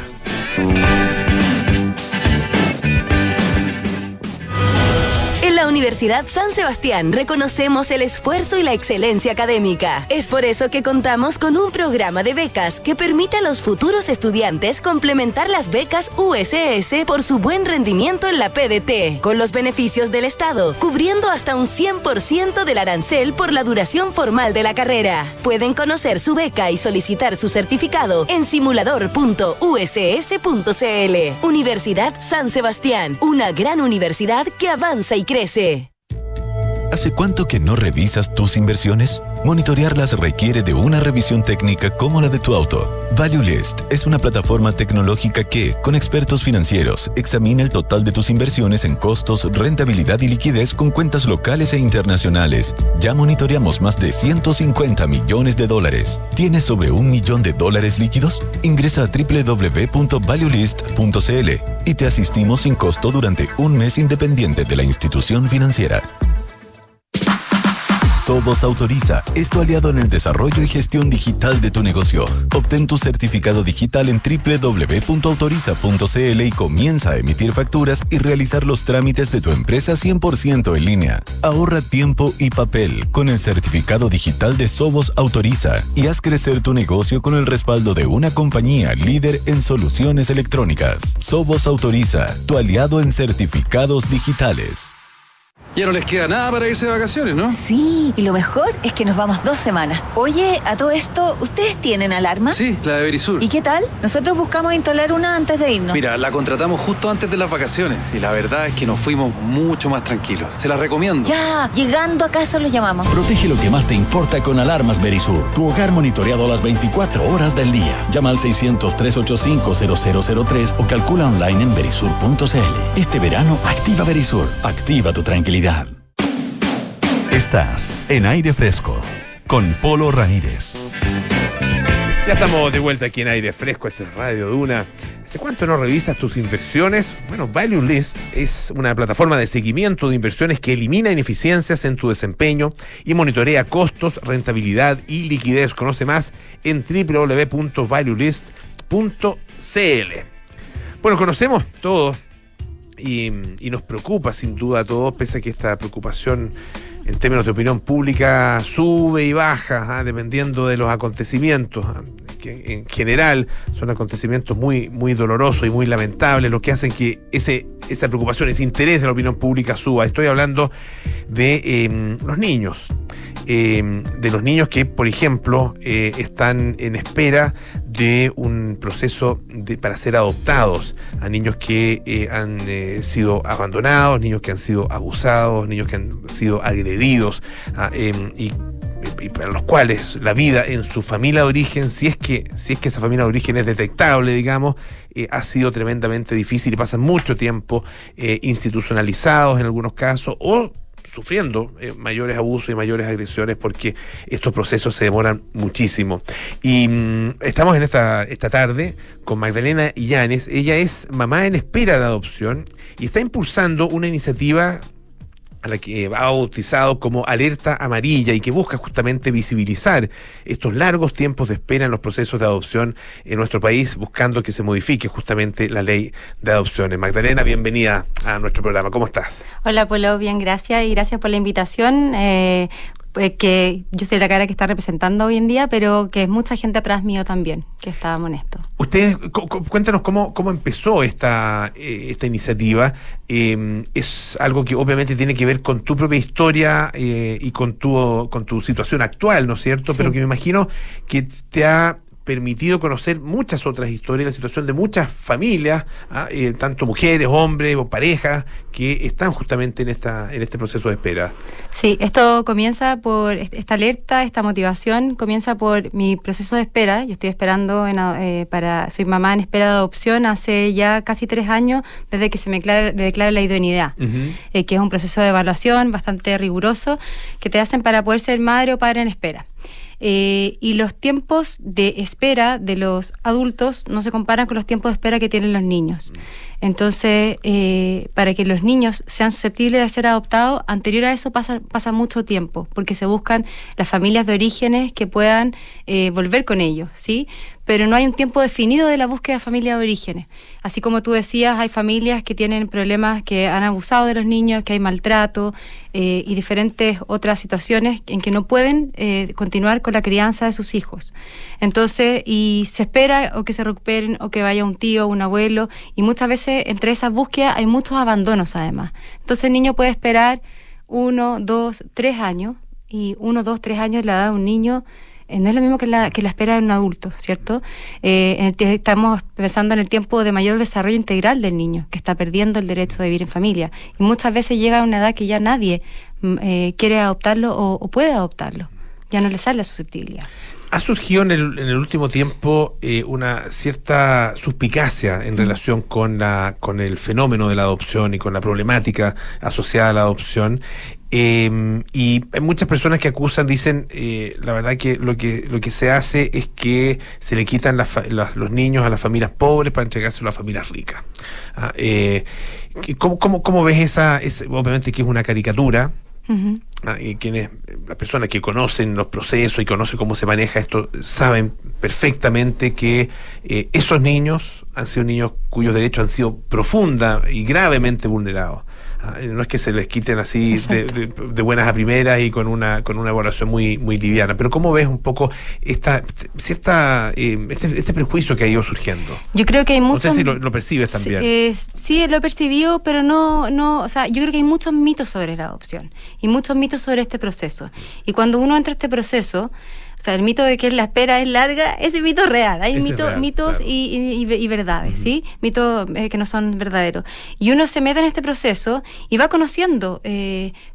En la Universidad San Sebastián reconocemos el esfuerzo y la excelencia académica. Es por eso que contamos con un programa de becas que permite a los futuros estudiantes complementar las becas U S S por su buen rendimiento en la P D T, con los beneficios del Estado, cubriendo hasta un cien por ciento del arancel por la duración formal de la carrera. Pueden conocer su beca y solicitar su certificado en simulador punto u s s punto c l. Universidad San Sebastián, una gran universidad que avanza y crece. ¿Hace cuánto que no revisas tus inversiones? Monitorearlas requiere de una revisión técnica como la de tu auto. ValueList es una plataforma tecnológica que, con expertos financieros, examina el total de tus inversiones en costos, rentabilidad y liquidez con cuentas locales e internacionales. Ya monitoreamos más de ciento cincuenta millones de dólares. ¿Tienes sobre un millón de dólares líquidos? Ingresa a doble u doble u doble u punto valuelist punto c l y te asistimos sin costo durante un mes independiente de la institución financiera. Sovos Autoriza es tu aliado en el desarrollo y gestión digital de tu negocio. Obtén tu certificado digital en doble u doble u doble u punto autoriza punto c l y comienza a emitir facturas y realizar los trámites de tu empresa cien por ciento en línea. Ahorra tiempo y papel con el certificado digital de Sovos Autoriza y haz crecer tu negocio con el respaldo de una compañía líder en soluciones electrónicas. Sovos Autoriza, tu aliado en certificados digitales. Ya no les queda nada para irse de vacaciones, ¿no? Sí, y lo mejor es que nos vamos dos semanas. Oye, a todo esto, ¿ustedes tienen alarma? Sí, la de Verisur. ¿Y qué tal? Nosotros buscamos instalar una antes de irnos. Mira, la contratamos justo antes de las vacaciones y la verdad es que nos fuimos mucho más tranquilos. Se la recomiendo. Ya, llegando a casa los llamamos. Protege lo que más te importa con alarmas Verisur. Tu hogar monitoreado las veinticuatro horas del día. Llama al seiscientos, trescientos ochenta y cinco, cero cero cero tres o calcula online en verisur punto c l. Este verano, activa Verisur. Activa tu tranquilidad. Estás en Aire Fresco con Polo Ramírez. Ya estamos de vuelta aquí en Aire Fresco. Esto es Radio Duna. ¿Hace cuánto no revisas tus inversiones? Bueno, Value List es una plataforma de seguimiento de inversiones que elimina ineficiencias en tu desempeño y monitorea costos, rentabilidad y liquidez. Conoce más en doble u doble u doble u punto value list punto c l. Bueno, conocemos todo y, y nos preocupa sin duda a todos, pese a que esta preocupación en términos de opinión pública sube y baja, ¿eh? dependiendo de los acontecimientos, ¿eh? que en general son acontecimientos muy, muy dolorosos y muy lamentables, lo que hacen que ese, esa preocupación, ese interés de la opinión pública suba. Estoy hablando de eh, los niños, eh, de los niños que, por ejemplo, eh, están en espera de un proceso de, para ser adoptados, a niños que eh, han eh, sido abandonados, niños que han sido abusados, niños que han sido agredidos, ah, eh, y y para los cuales la vida en su familia de origen, si es que si es que esa familia de origen es detectable, digamos, eh, ha sido tremendamente difícil y pasan mucho tiempo eh, institucionalizados en algunos casos o sufriendo eh, mayores abusos y mayores agresiones porque estos procesos se demoran muchísimo. Y mmm, estamos en esta, esta tarde con Magdalena Illanes. Ella es mamá en espera de adopción y está impulsando una iniciativa a la que ha bautizado como Alerta Amarilla y que busca justamente visibilizar estos largos tiempos de espera en los procesos de adopción en nuestro país, buscando que se modifique justamente la ley de adopciones. Magdalena, bienvenida a nuestro programa. ¿Cómo estás? Hola, Polo, bien, gracias y gracias por la invitación. Eh, pues que yo soy la cara que está representando hoy en día, pero que es mucha gente atrás mío también, que estábamos en esto. Ustedes, cuéntanos cómo, cómo empezó esta, eh, esta iniciativa. Eh, es algo que obviamente tiene que ver con tu propia historia eh, y con tu, con tu situación actual, ¿no es cierto? Sí. Pero que me imagino que te ha permitido conocer muchas otras historias, la situación de muchas familias, ¿ah? eh, tanto mujeres, hombres o parejas que están justamente en esta en este proceso de espera. Sí, esto comienza por esta alerta, esta motivación, comienza por mi proceso de espera. Yo estoy esperando, en, eh, para soy mamá en espera de adopción hace ya casi tres años desde que se me declara, declara la idoneidad, uh-huh. eh, que es un proceso de evaluación bastante riguroso que te hacen para poder ser madre o padre en espera. Eh, y los tiempos de espera de los adultos no se comparan con los tiempos de espera que tienen los niños. Entonces, eh, para que los niños sean susceptibles de ser adoptados, anterior a eso pasa, pasa mucho tiempo, porque se buscan las familias de orígenes que puedan eh, volver con ellos, ¿sí? Pero no hay un tiempo definido de la búsqueda de familias de orígenes. Así como tú decías, hay familias que tienen problemas, que han abusado de los niños, que hay maltrato eh, y diferentes otras situaciones en que no pueden eh, continuar con la crianza de sus hijos. Entonces, y se espera o que se recuperen o que vaya un tío, un abuelo, y muchas veces entre esas búsquedas hay muchos abandonos además. Entonces el niño puede esperar uno, dos, tres años, y uno, dos, tres años la edad de un niño no es lo mismo que la, que la espera de un adulto, ¿cierto? Eh, en el, estamos pensando en el tiempo de mayor desarrollo integral del niño, que está perdiendo el derecho de vivir en familia. Y muchas veces llega a una edad que ya nadie eh, quiere adoptarlo o, o puede adoptarlo. Ya no le sale la susceptibilidad. Ha surgido en el, en el último tiempo eh, una cierta suspicacia en relación con, la, con el fenómeno de la adopción y con la problemática asociada a la adopción. Eh, y hay muchas personas que acusan, dicen, eh, la verdad que lo que lo que se hace es que se le quitan las, las, los niños a las familias pobres para entregárselo a las familias ricas. Ah, eh, ¿cómo, cómo, ¿Cómo ves esa, esa? Obviamente que es una caricatura. Uh-huh. Ah, y quienes, las personas que conocen los procesos y conocen cómo se maneja esto, saben perfectamente que eh, esos niños han sido niños cuyos derechos han sido profunda y gravemente vulnerados. Ah, no es que se les quiten así de, de, de buenas a primeras y con una con una evaluación muy muy liviana. Pero ¿cómo ves un poco esta cierta eh, este, este prejuicio que ha ido surgiendo? Yo creo que hay muchos... No sé si lo, lo percibes también. Eh, sí, lo he percibido, pero no, no, o sea, yo creo que hay muchos mitos sobre la adopción y muchos mitos sobre este proceso. Y cuando uno entra a este proceso, o sea, el mito de que la espera es larga, ese mito es real. Hay mito, real, mitos claro. y, y, y verdades, uh-huh. ¿sí? Mitos eh, que no son verdaderos. Y uno se mete en este proceso y va conociendo eh,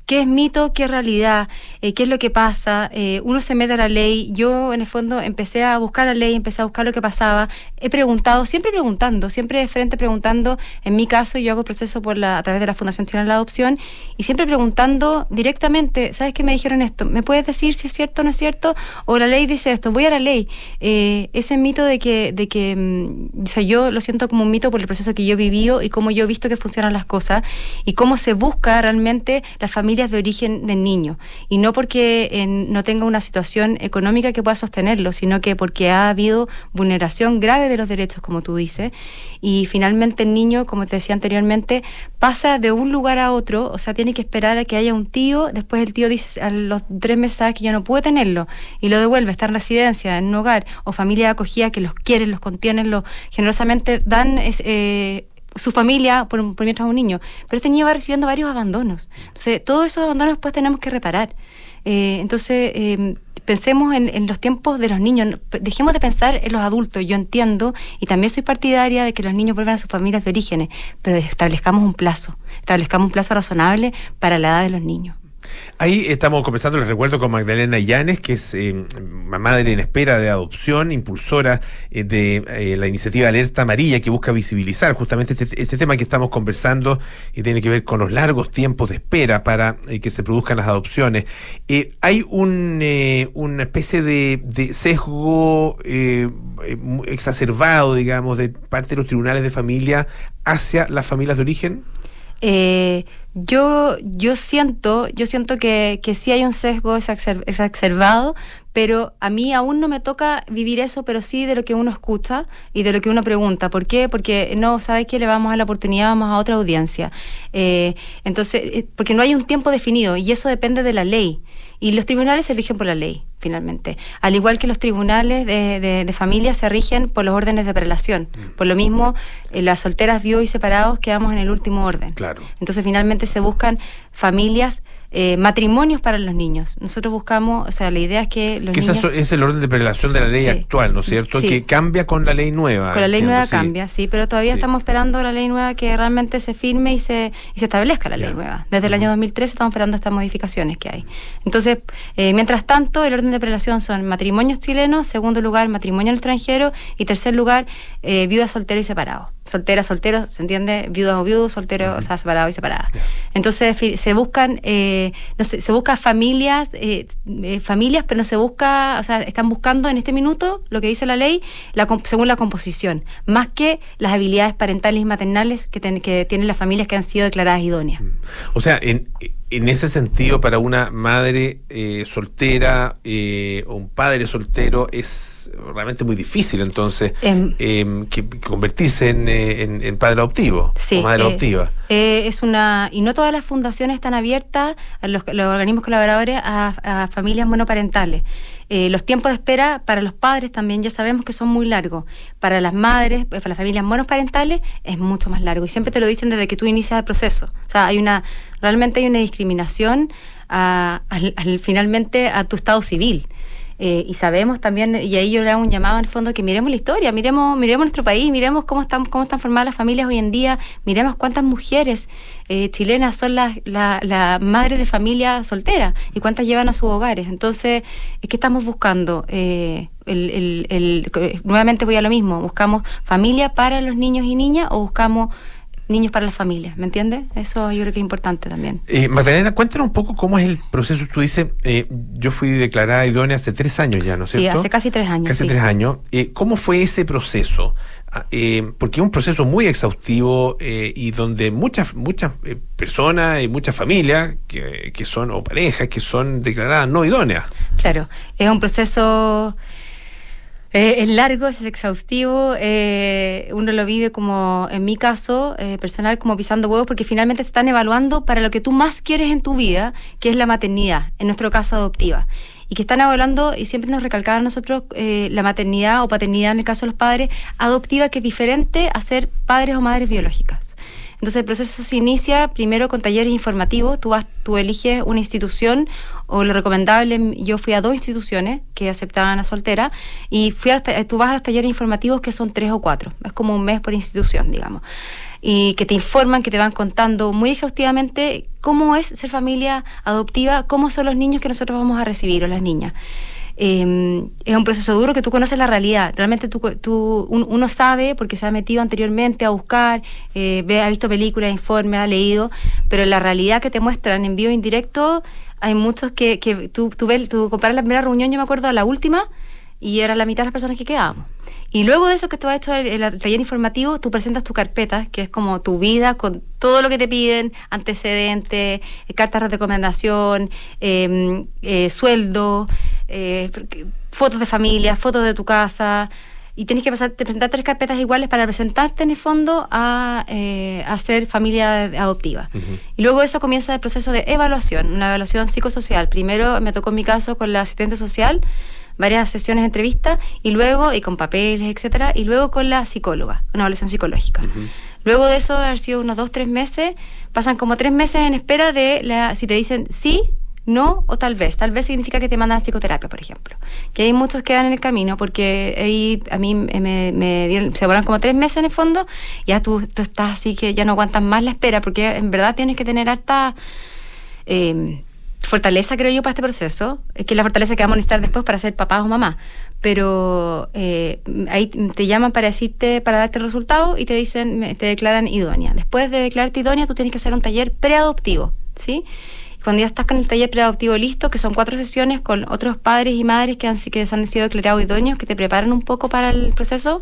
qué es mito, qué es realidad, eh, qué es lo que pasa. Eh, uno se mete a la ley. Yo, en el fondo, empecé a buscar la ley, empecé a buscar lo que pasaba. He preguntado, siempre preguntando, siempre de frente preguntando. En mi caso, yo hago el proceso por la, a través de la Fundación Chilena de la Adopción, y siempre preguntando directamente, ¿sabes qué me dijeron esto? ¿Me puedes decir si es cierto o no es cierto? O la ley dice esto, voy a la ley. Eh, ese mito de que, de que mm, o sea, yo lo siento como un mito por el proceso que yo he vivido y cómo yo he visto que funcionan las cosas y cómo se busca realmente las familias de origen del niño. Y no porque eh, no tenga una situación económica que pueda sostenerlo, sino que porque ha habido vulneración grave de los derechos, como tú dices. Y finalmente el niño, como te decía anteriormente, pasa de un lugar a otro, o sea, tiene que esperar a que haya un tío, después el tío dice a los tres meses ¿sabes que yo no pude tenerlo? Y lo devuelve, está en residencia, en un hogar, o familia de acogida que los quieren, los contienen, los generosamente dan es, eh, su familia por, por mientras un niño. Pero este niño va recibiendo varios abandonos. Entonces, todos esos abandonos después tenemos que reparar. Eh, entonces, eh, pensemos en, en los tiempos de los niños, dejemos de pensar en los adultos. Yo entiendo y también soy partidaria de que los niños vuelvan a sus familias de orígenes, pero establezcamos un plazo, establezcamos un plazo razonable para la edad de los niños. Ahí estamos conversando, les recuerdo, con Magdalena Illanes, que es eh, madre en espera de adopción, impulsora eh, de eh, la iniciativa Alerta Amarilla, que busca visibilizar justamente este, este tema que estamos conversando y tiene que ver con los largos tiempos de espera para eh, que se produzcan las adopciones. Eh, hay un, eh, una especie de, de sesgo eh, exacerbado, digamos, de parte de los tribunales de familia hacia las familias de origen. Eh, yo yo siento yo siento que, que sí hay un sesgo exacerbado, pero a mí aún no me toca vivir eso, pero sí de lo que uno escucha y de lo que uno pregunta. ¿Por qué? Porque no, ¿sabes qué? Le vamos a la oportunidad, vamos a otra audiencia. Eh, entonces, porque no hay un tiempo definido y eso depende de la ley. Y los tribunales se rigen por la ley, finalmente. Al igual que los tribunales de, de, de familia se rigen por los órdenes de prelación. Mm. Por lo mismo, eh, las solteras, viudos y separados quedamos en el último orden. Claro. Entonces, finalmente se buscan familias, eh, matrimonios para los niños. Nosotros buscamos, o sea, la idea es que los que niños... Que es el orden de prelación de la ley sí. actual, ¿no es cierto? Sí. Que cambia con la ley nueva. Con la ley entiendo, nueva sí. cambia, sí, pero todavía sí. estamos esperando la ley nueva que realmente se firme y se y se establezca la yeah. ley nueva. Desde uh-huh. el año dos mil trece estamos esperando estas modificaciones que hay. Entonces, eh, mientras tanto, el orden de prelación son matrimonios chilenos, segundo lugar, matrimonio en el extranjero, y tercer lugar, eh, viudas, solteros y separados. Solteras, solteros, ¿se entiende? Viudas o viudos, solteros, uh-huh. o sea, separados y separadas. Yeah. Entonces, fi- se buscan, eh, no sé, se busca familias, eh, eh, familias, pero no se busca, o sea, están buscando en este minuto, lo que dice la ley, la comp- según la composición, más que las habilidades parentales y maternales que, ten- que tienen las familias que han sido declaradas idóneas. O sea, en... En ese sentido, para una madre eh, soltera eh, o un padre soltero es realmente muy difícil, entonces, eh, eh, que, que convertirse en, en, en padre adoptivo sí, o madre eh, adoptiva. Eh, es una y no todas las fundaciones están abiertas, a los, los organismos colaboradores, a, a familias monoparentales. Eh, los tiempos de espera para los padres también ya sabemos que son muy largos. Para las madres, para las familias monoparentales, es mucho más largo. Y siempre te lo dicen desde que tú inicias el proceso. O sea, hay una realmente hay una discriminación a, al, al, finalmente a tu estado civil. Eh, y sabemos también, y ahí yo le hago un llamado al fondo, que miremos la historia, miremos miremos nuestro país, miremos cómo están cómo están formadas las familias hoy en día, miremos cuántas mujeres eh, chilenas son las la, la madres de familia soltera y cuántas llevan a sus hogares. Entonces, ¿qué estamos buscando? Eh, el, el, el, nuevamente voy a lo mismo, ¿buscamos familia para los niños y niñas o buscamos niños para las familias? ¿Me entiendes? Eso yo creo que es importante también. Eh, Magdalena, cuéntanos un poco cómo es el proceso. Tú dices, eh, yo fui declarada idónea hace tres años ya, ¿no es cierto? Sí, hace casi tres años. Casi sí. tres años. Eh, ¿Cómo fue ese proceso? Eh, porque es un proceso muy exhaustivo eh, y donde muchas muchas eh, personas y muchas familias que, que son, o parejas, que son declaradas no idóneas. Claro, es un proceso... Eh, es largo, es exhaustivo, eh, uno lo vive como, en mi caso, eh, personal, como pisando huevos, porque finalmente te están evaluando para lo que tú más quieres en tu vida, que es la maternidad, en nuestro caso adoptiva. Y que están evaluando, y siempre nos recalcaban a nosotros, eh, la maternidad o paternidad, en el caso de los padres, adoptiva, que es diferente a ser padres o madres biológicas. Entonces el proceso se inicia primero con talleres informativos, tú vas tú eliges una institución, o lo recomendable, yo fui a dos instituciones que aceptaban a soltera, y fui a, tú vas a los talleres informativos, que son tres o cuatro, es como un mes por institución, digamos, y que te informan, que te van contando muy exhaustivamente cómo es ser familia adoptiva, cómo son los niños que nosotros vamos a recibir, o las niñas. Eh, es un proceso duro, que tú conoces la realidad. Realmente tú, tú, un, uno sabe, porque se ha metido anteriormente a buscar, eh, ve, ha visto películas, informes, ha leído, pero la realidad que te muestran en vivo e indirecto, hay muchos que, que tú, tú, ves, tú comparas la primera reunión, yo me acuerdo, a la última, y era la mitad de las personas que quedábamos. Y luego de eso, que tú has hecho el, el taller informativo, tú presentas tu carpeta, que es como tu vida, con todo lo que te piden, antecedentes, eh, cartas de recomendación, eh, eh, sueldo, eh, fotos de familia, fotos de tu casa, y tienes que pasar, te presentar tres carpetas iguales para presentarte en el fondo a, eh, a ser familia adoptiva. Uh-huh. Y luego eso comienza el proceso de evaluación, una evaluación psicosocial. Primero me tocó en mi caso con la asistente social, varias sesiones de entrevista, y luego, y con papeles, etcétera, y luego con la psicóloga, una evaluación psicológica. Uh-huh. Luego de eso, de haber sido unos dos, tres meses, pasan como tres meses en espera de la, si te dicen sí, no o tal vez. Tal vez significa que te mandan a psicoterapia, por ejemplo. Y hay muchos que van en el camino, porque ahí a mí me, me dieron, se demoran como tres meses en el fondo, ya tú, tú estás así que ya no aguantas más la espera, porque en verdad tienes que tener harta Eh, fortaleza, creo yo, para este proceso, es que es la fortaleza que vamos a necesitar después para ser papás o mamás. Pero eh, ahí te llaman para decirte, para darte el resultado, y te dicen, te declaran idónea. Después de declararte idónea, tú tienes que hacer un taller preadoptivo, ¿sí? Cuando ya estás con el taller preadoptivo listo, que son cuatro sesiones con otros padres y madres que han, que han sido declarados idóneos, que te preparan un poco para el proceso,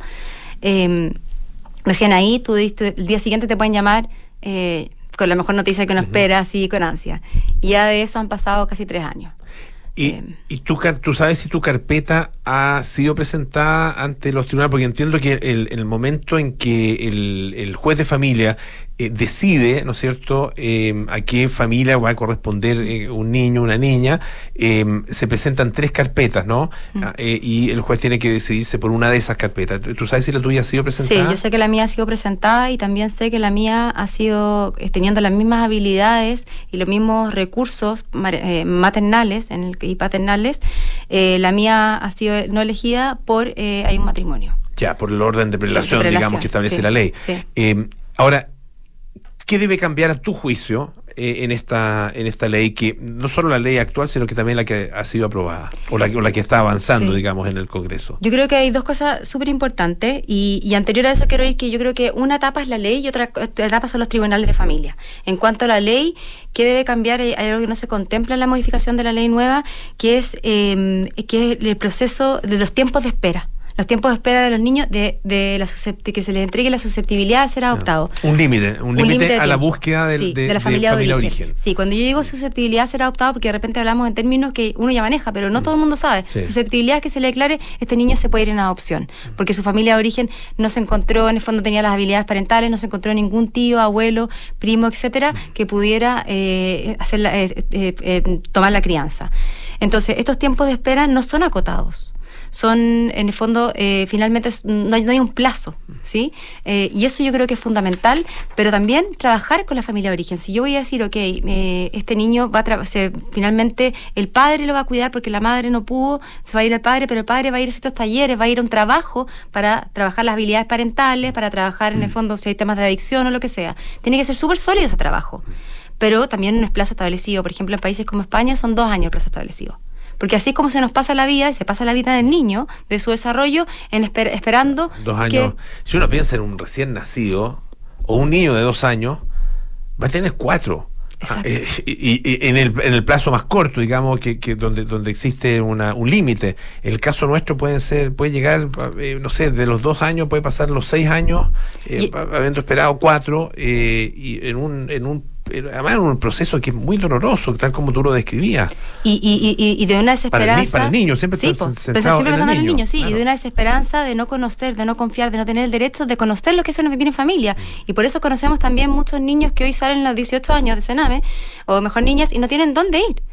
eh, recién ahí, tú, tú, el día siguiente te pueden llamar eh, con la mejor noticia que uno uh-huh. espera, así con ansia. Y ya de eso han pasado casi tres años. ¿Y, eh, ¿y tú, tú sabes si tu carpeta ha sido presentada ante los tribunales? Porque entiendo que el, el momento en que el, el juez de familia eh, decide, ¿no es cierto?, eh, a qué familia va a corresponder eh, un niño, una niña, eh, se presentan tres carpetas, ¿no? Mm. Eh, y el juez tiene que decidirse por una de esas carpetas. ¿Tú sabes si la tuya ha sido presentada? Sí, yo sé que la mía ha sido presentada, y también sé que la mía ha sido eh, teniendo las mismas habilidades y los mismos recursos eh, maternales en el, y paternales. Eh, la mía ha sido no elegida por eh, hay un matrimonio. Ya, por el orden de prelación, sí, de prelación, digamos, que establece sí, la ley. Sí. Eh, ahora, ¿qué debe cambiar a tu juicio eh, en esta en esta ley, que no solo la ley actual, sino que también la que ha sido aprobada, o la, o la que está avanzando, sí, digamos, en el Congreso? Yo creo que hay dos cosas súper importantes, y, y anterior a eso quiero ir que yo creo que una etapa es la ley y otra etapa son los tribunales de familia. En cuanto a la ley, ¿qué debe cambiar? Hay algo que no se contempla en la modificación de la ley nueva, que es, eh, que es el proceso de los tiempos de espera. Los tiempos de espera de los niños, de, de la de que se les entregue la susceptibilidad de ser adoptados. Un límite, un límite a la búsqueda del, sí, de, de la familia de, familia origen. origen. Sí, cuando yo digo susceptibilidad de ser adoptado, porque de repente hablamos en términos que uno ya maneja, pero no mm. todo el mundo sabe. Sí. Susceptibilidad es que se le declare, este niño se puede ir en adopción, porque su familia de origen no se encontró, en el fondo tenía las habilidades parentales, no se encontró ningún tío, abuelo, primo, etcétera, mm. que pudiera eh, hacer la, eh, eh, eh, tomar la crianza. Entonces, estos tiempos de espera no son acotados. Son, en el fondo, eh, finalmente no hay, no hay un plazo, ¿sí? Eh, y eso yo creo que es fundamental, pero también trabajar con la familia de origen. Si yo voy a decir, ok, eh, este niño va a tra- se, finalmente el padre lo va a cuidar porque la madre no pudo, se va a ir al padre, pero el padre va a ir a ciertos talleres, va a ir a un trabajo para trabajar las habilidades parentales, para trabajar, en el fondo, si hay temas de adicción o lo que sea. Tiene que ser súper sólido ese trabajo, pero también no es plazo establecido. Por ejemplo, en países como España son dos años el plazo establecido. Porque así es como se nos pasa la vida, y se pasa la vida del niño, de su desarrollo, en esper- esperando dos años. Que... Si uno piensa en un recién nacido, o un niño de dos años, va a tener cuatro. Ah, eh, y, y en el en el plazo más corto, digamos, que, que donde donde existe una un límite. El caso nuestro puede ser puede llegar, eh, no sé, de los dos años puede pasar los seis años, eh, y... habiendo esperado cuatro, eh, y en un en un además en un proceso que es muy doloroso, tal como tú lo describías. Y, y, y, y de una desesperanza... Para el, para el niño, siempre sí, está siempre pensando en el niño, sí, claro. Y de una desesperanza de no conocer, de no confiar, de no tener el derecho de conocer lo que es una vivir en familia. Mm. Y por eso conocemos también muchos niños que hoy salen a los dieciocho años de Sename, o mejor niñas, y no tienen dónde ir.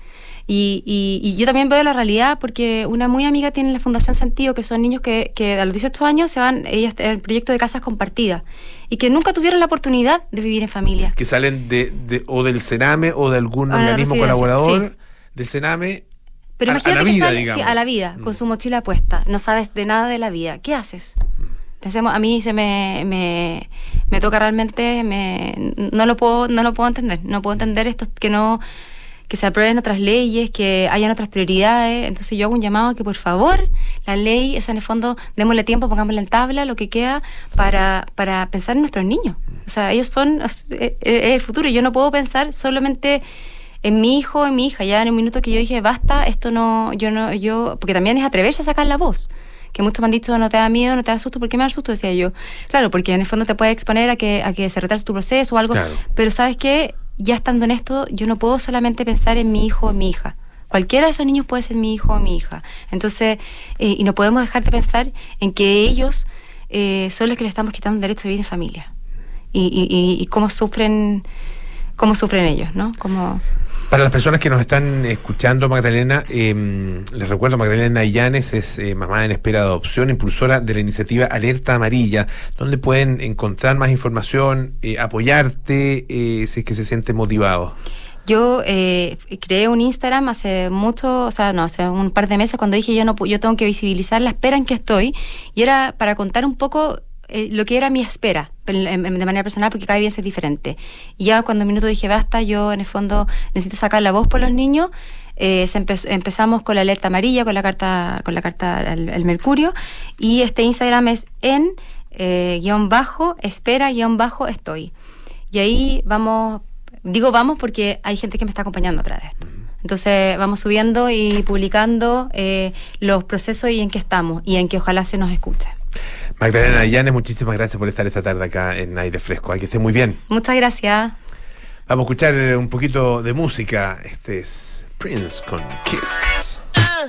Y, y, y yo también veo la realidad porque una muy amiga tiene la Fundación Sentido, que son niños que, que a los dieciocho años se van, ellas en el proyecto de casas compartidas y que nunca tuvieron la oportunidad de vivir en familia. Que salen de, de o del Sename o de algún A la organismo residencia, colaborador sí. del Sename. Pero a, imagínate a la que vida, sale, digamos. sí, a la vida, con su mochila puesta, no sabes de nada de la vida. ¿Qué haces? Pensemos, a mí se me, me, me toca realmente, me, no lo puedo, no lo puedo entender, no puedo entender esto, que no, que se aprueben otras leyes, que hayan otras prioridades. Entonces yo hago un llamado a que por favor la ley, esa en el fondo, démosle tiempo, pongámosle en tabla lo que queda para, para pensar en nuestros niños. O sea, ellos son es, es el futuro. Yo no puedo pensar solamente en mi hijo, en mi hija. Ya en un minuto que yo dije, basta, esto no, yo no, yo, porque también es atreverse a sacar la voz. Que muchos me han dicho, no te da miedo, no te da susto. ¿Por qué me da susto? Decía yo. Claro, porque en el fondo te puede exponer a que, a que se retrase tu proceso o algo. Claro. Pero ¿sabes qué? Ya estando en esto, yo no puedo solamente pensar en mi hijo o mi hija. Cualquiera de esos niños puede ser mi hijo o mi hija. Entonces, eh, y no podemos dejar de pensar en que ellos eh, son los que le estamos quitando el derecho a vivir en familia. Y, y, y, y cómo sufren, cómo sufren ellos, ¿no? Como... Para las personas que nos están escuchando, Magdalena, eh, les recuerdo, Magdalena Illanes es eh, mamá en espera de adopción, impulsora de la iniciativa Alerta Amarilla, donde pueden encontrar más información, eh, apoyarte, eh, si es que se sienten motivados. Yo eh, creé un Instagram hace mucho, o sea, no, hace un par de meses cuando dije yo no, yo tengo que visibilizar la espera en que estoy, y era para contar un poco eh, lo que era mi espera de manera personal, porque cada vez es diferente. Y ya cuando un minuto dije basta, yo en el fondo necesito sacar la voz por los niños. Eh, se empe- empezamos con la alerta amarilla, con la carta, con la carta al, al Mercurio, y este Instagram es en eh, guión bajo espera guión bajo estoy. Y ahí vamos, digo vamos porque hay gente que me está acompañando atrás de esto. Entonces vamos subiendo y publicando eh, los procesos y en qué estamos, y en que ojalá se nos escuche. Magdalena Illanes, muchísimas gracias por estar esta tarde acá en Aire Fresco. Que esté muy bien. Muchas gracias. Vamos a escuchar un poquito de música. Este es Prince con Kiss.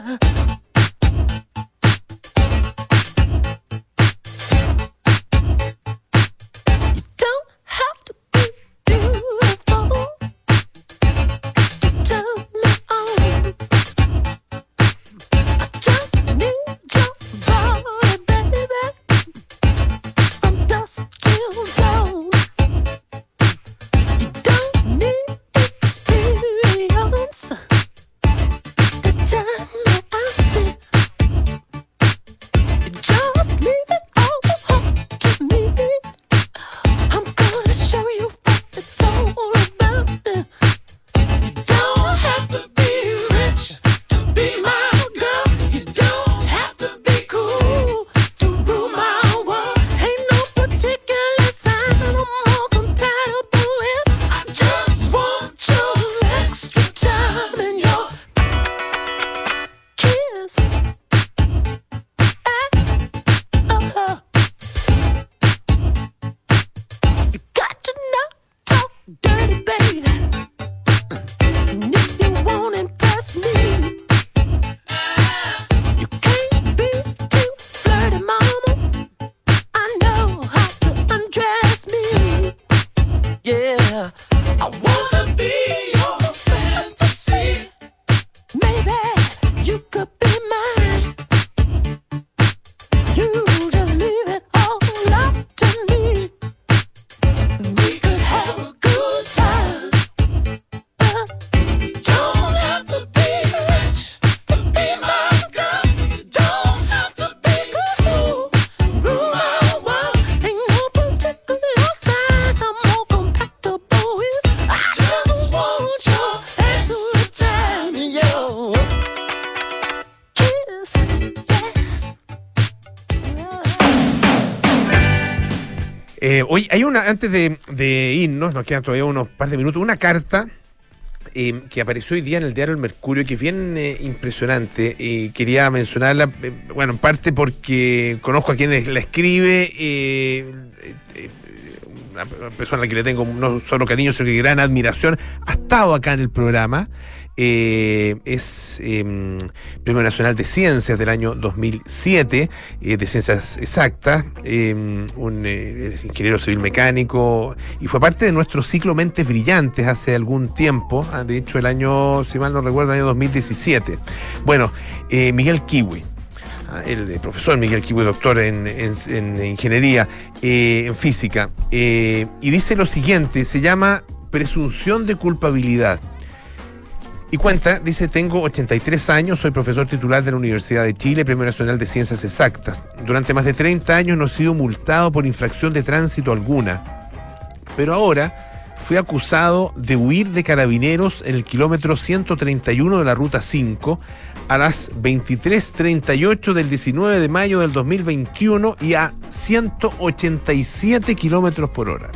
Eh, hoy hay una, antes de, de irnos, nos quedan todavía unos par de minutos, una carta eh, que apareció hoy día en el diario El Mercurio, que es bien eh, impresionante. Eh, quería mencionarla, eh, bueno, en parte porque conozco a quien la escribe, eh, eh, una persona a la que le tengo no solo cariño, sino que gran admiración, ha estado acá en el programa. Eh, es eh, Premio Nacional de Ciencias del año dos mil siete, eh, de Ciencias Exactas, eh, un eh, es ingeniero civil mecánico, y fue parte de nuestro ciclo Mentes Brillantes hace algún tiempo, ah, de hecho el año, si mal no recuerdo, el año dos mil diecisiete. Bueno, eh, Miguel Kiwi. El profesor Miguel Kiwi, doctor en, en, en ingeniería, eh, en física, eh, y dice lo siguiente, se llama presunción de culpabilidad. Y cuenta, dice, tengo ochenta y tres años, soy profesor titular de la Universidad de Chile, Premio Nacional de Ciencias Exactas. Durante más de treinta años no he sido multado por infracción de tránsito alguna. Pero ahora fui acusado de huir de carabineros en el kilómetro ciento treinta y uno de la Ruta cinco, a las veintitrés treinta y ocho del diecinueve de mayo del dos mil veintiuno y a ciento ochenta y siete kilómetros por hora.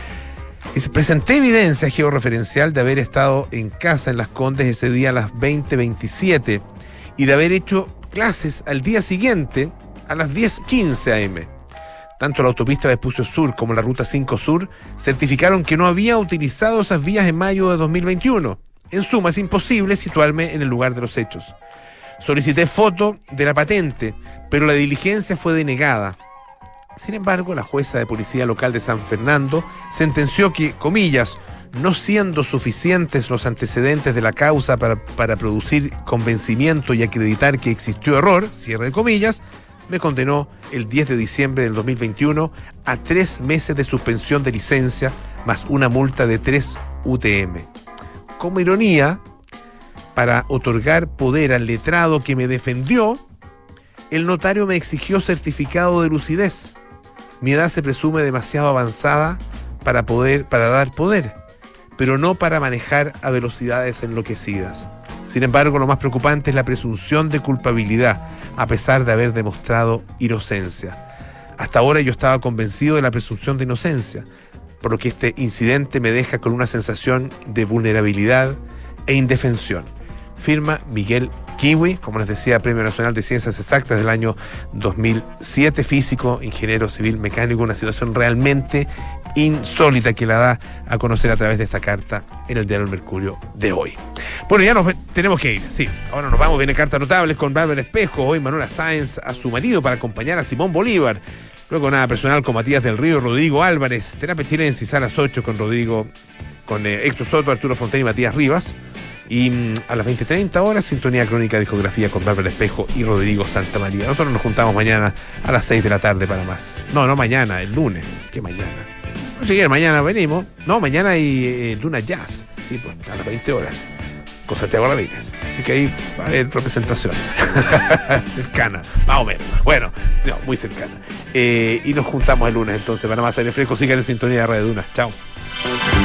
Y presenté evidencia georreferencial de haber estado en casa en Las Condes ese día a las veinte veintisiete y de haber hecho clases al día siguiente a las diez quince a eme. Tanto la autopista Vespucio Sur como la Ruta cinco Sur certificaron que no había utilizado esas vías en mayo de dos mil veintiuno. En suma, es imposible situarme en el lugar de los hechos. Solicité foto de la patente, pero la diligencia fue denegada. Sin embargo, la jueza de policía local de San Fernando sentenció que, comillas, no siendo suficientes los antecedentes de la causa para, para producir convencimiento y acreditar que existió error, cierre de comillas, me condenó el diez de diciembre del dos mil veintiuno a tres meses de suspensión de licencia más una multa de tres U T M. Como ironía, para otorgar poder al letrado que me defendió, el notario me exigió certificado de lucidez. Mi edad se presume demasiado avanzada para poder, para dar poder, pero no para manejar a velocidades enloquecidas. Sin embargo, lo más preocupante es la presunción de culpabilidad, a pesar de haber demostrado inocencia. Hasta ahora yo estaba convencido de la presunción de inocencia, por lo que este incidente me deja con una sensación de vulnerabilidad e indefensión. Firma Miguel Kiwi, como les decía, Premio Nacional de Ciencias Exactas del año dos mil siete, físico, ingeniero civil mecánico, una situación realmente insólita que la da a conocer a través de esta carta en el Diario El Mercurio de hoy. Bueno, ya nos tenemos que ir, sí, ahora nos vamos, viene Cartas Notables con Bárbara Espejo, hoy Manuela Sáenz a su marido para acompañar a Simón Bolívar, luego Nada Personal con Matías del Río, Rodrigo Álvarez, Terapia Chilensis a las ocho con Rodrigo, con eh, Héctor Soto, Arturo Fontaine y Matías Rivas. Y a las veinte treinta horas, Sintonía Crónica Discografía con Bárbara Espejo y Rodrigo Santamaría. Nosotros nos juntamos mañana a las seis de la tarde para más. No, no mañana, el lunes. ¿Qué mañana? No sé qué, mañana venimos. No, mañana hay eh, Luna Jazz. Sí, pues, a las veinte horas. Con Santiago Ramírez. Así que ahí va a haber representación. Cercana, más o menos. Bueno, no, muy cercana. Eh, y nos juntamos el lunes entonces para más aire fresco. Sigan en sintonía de Radio Duna. Chao.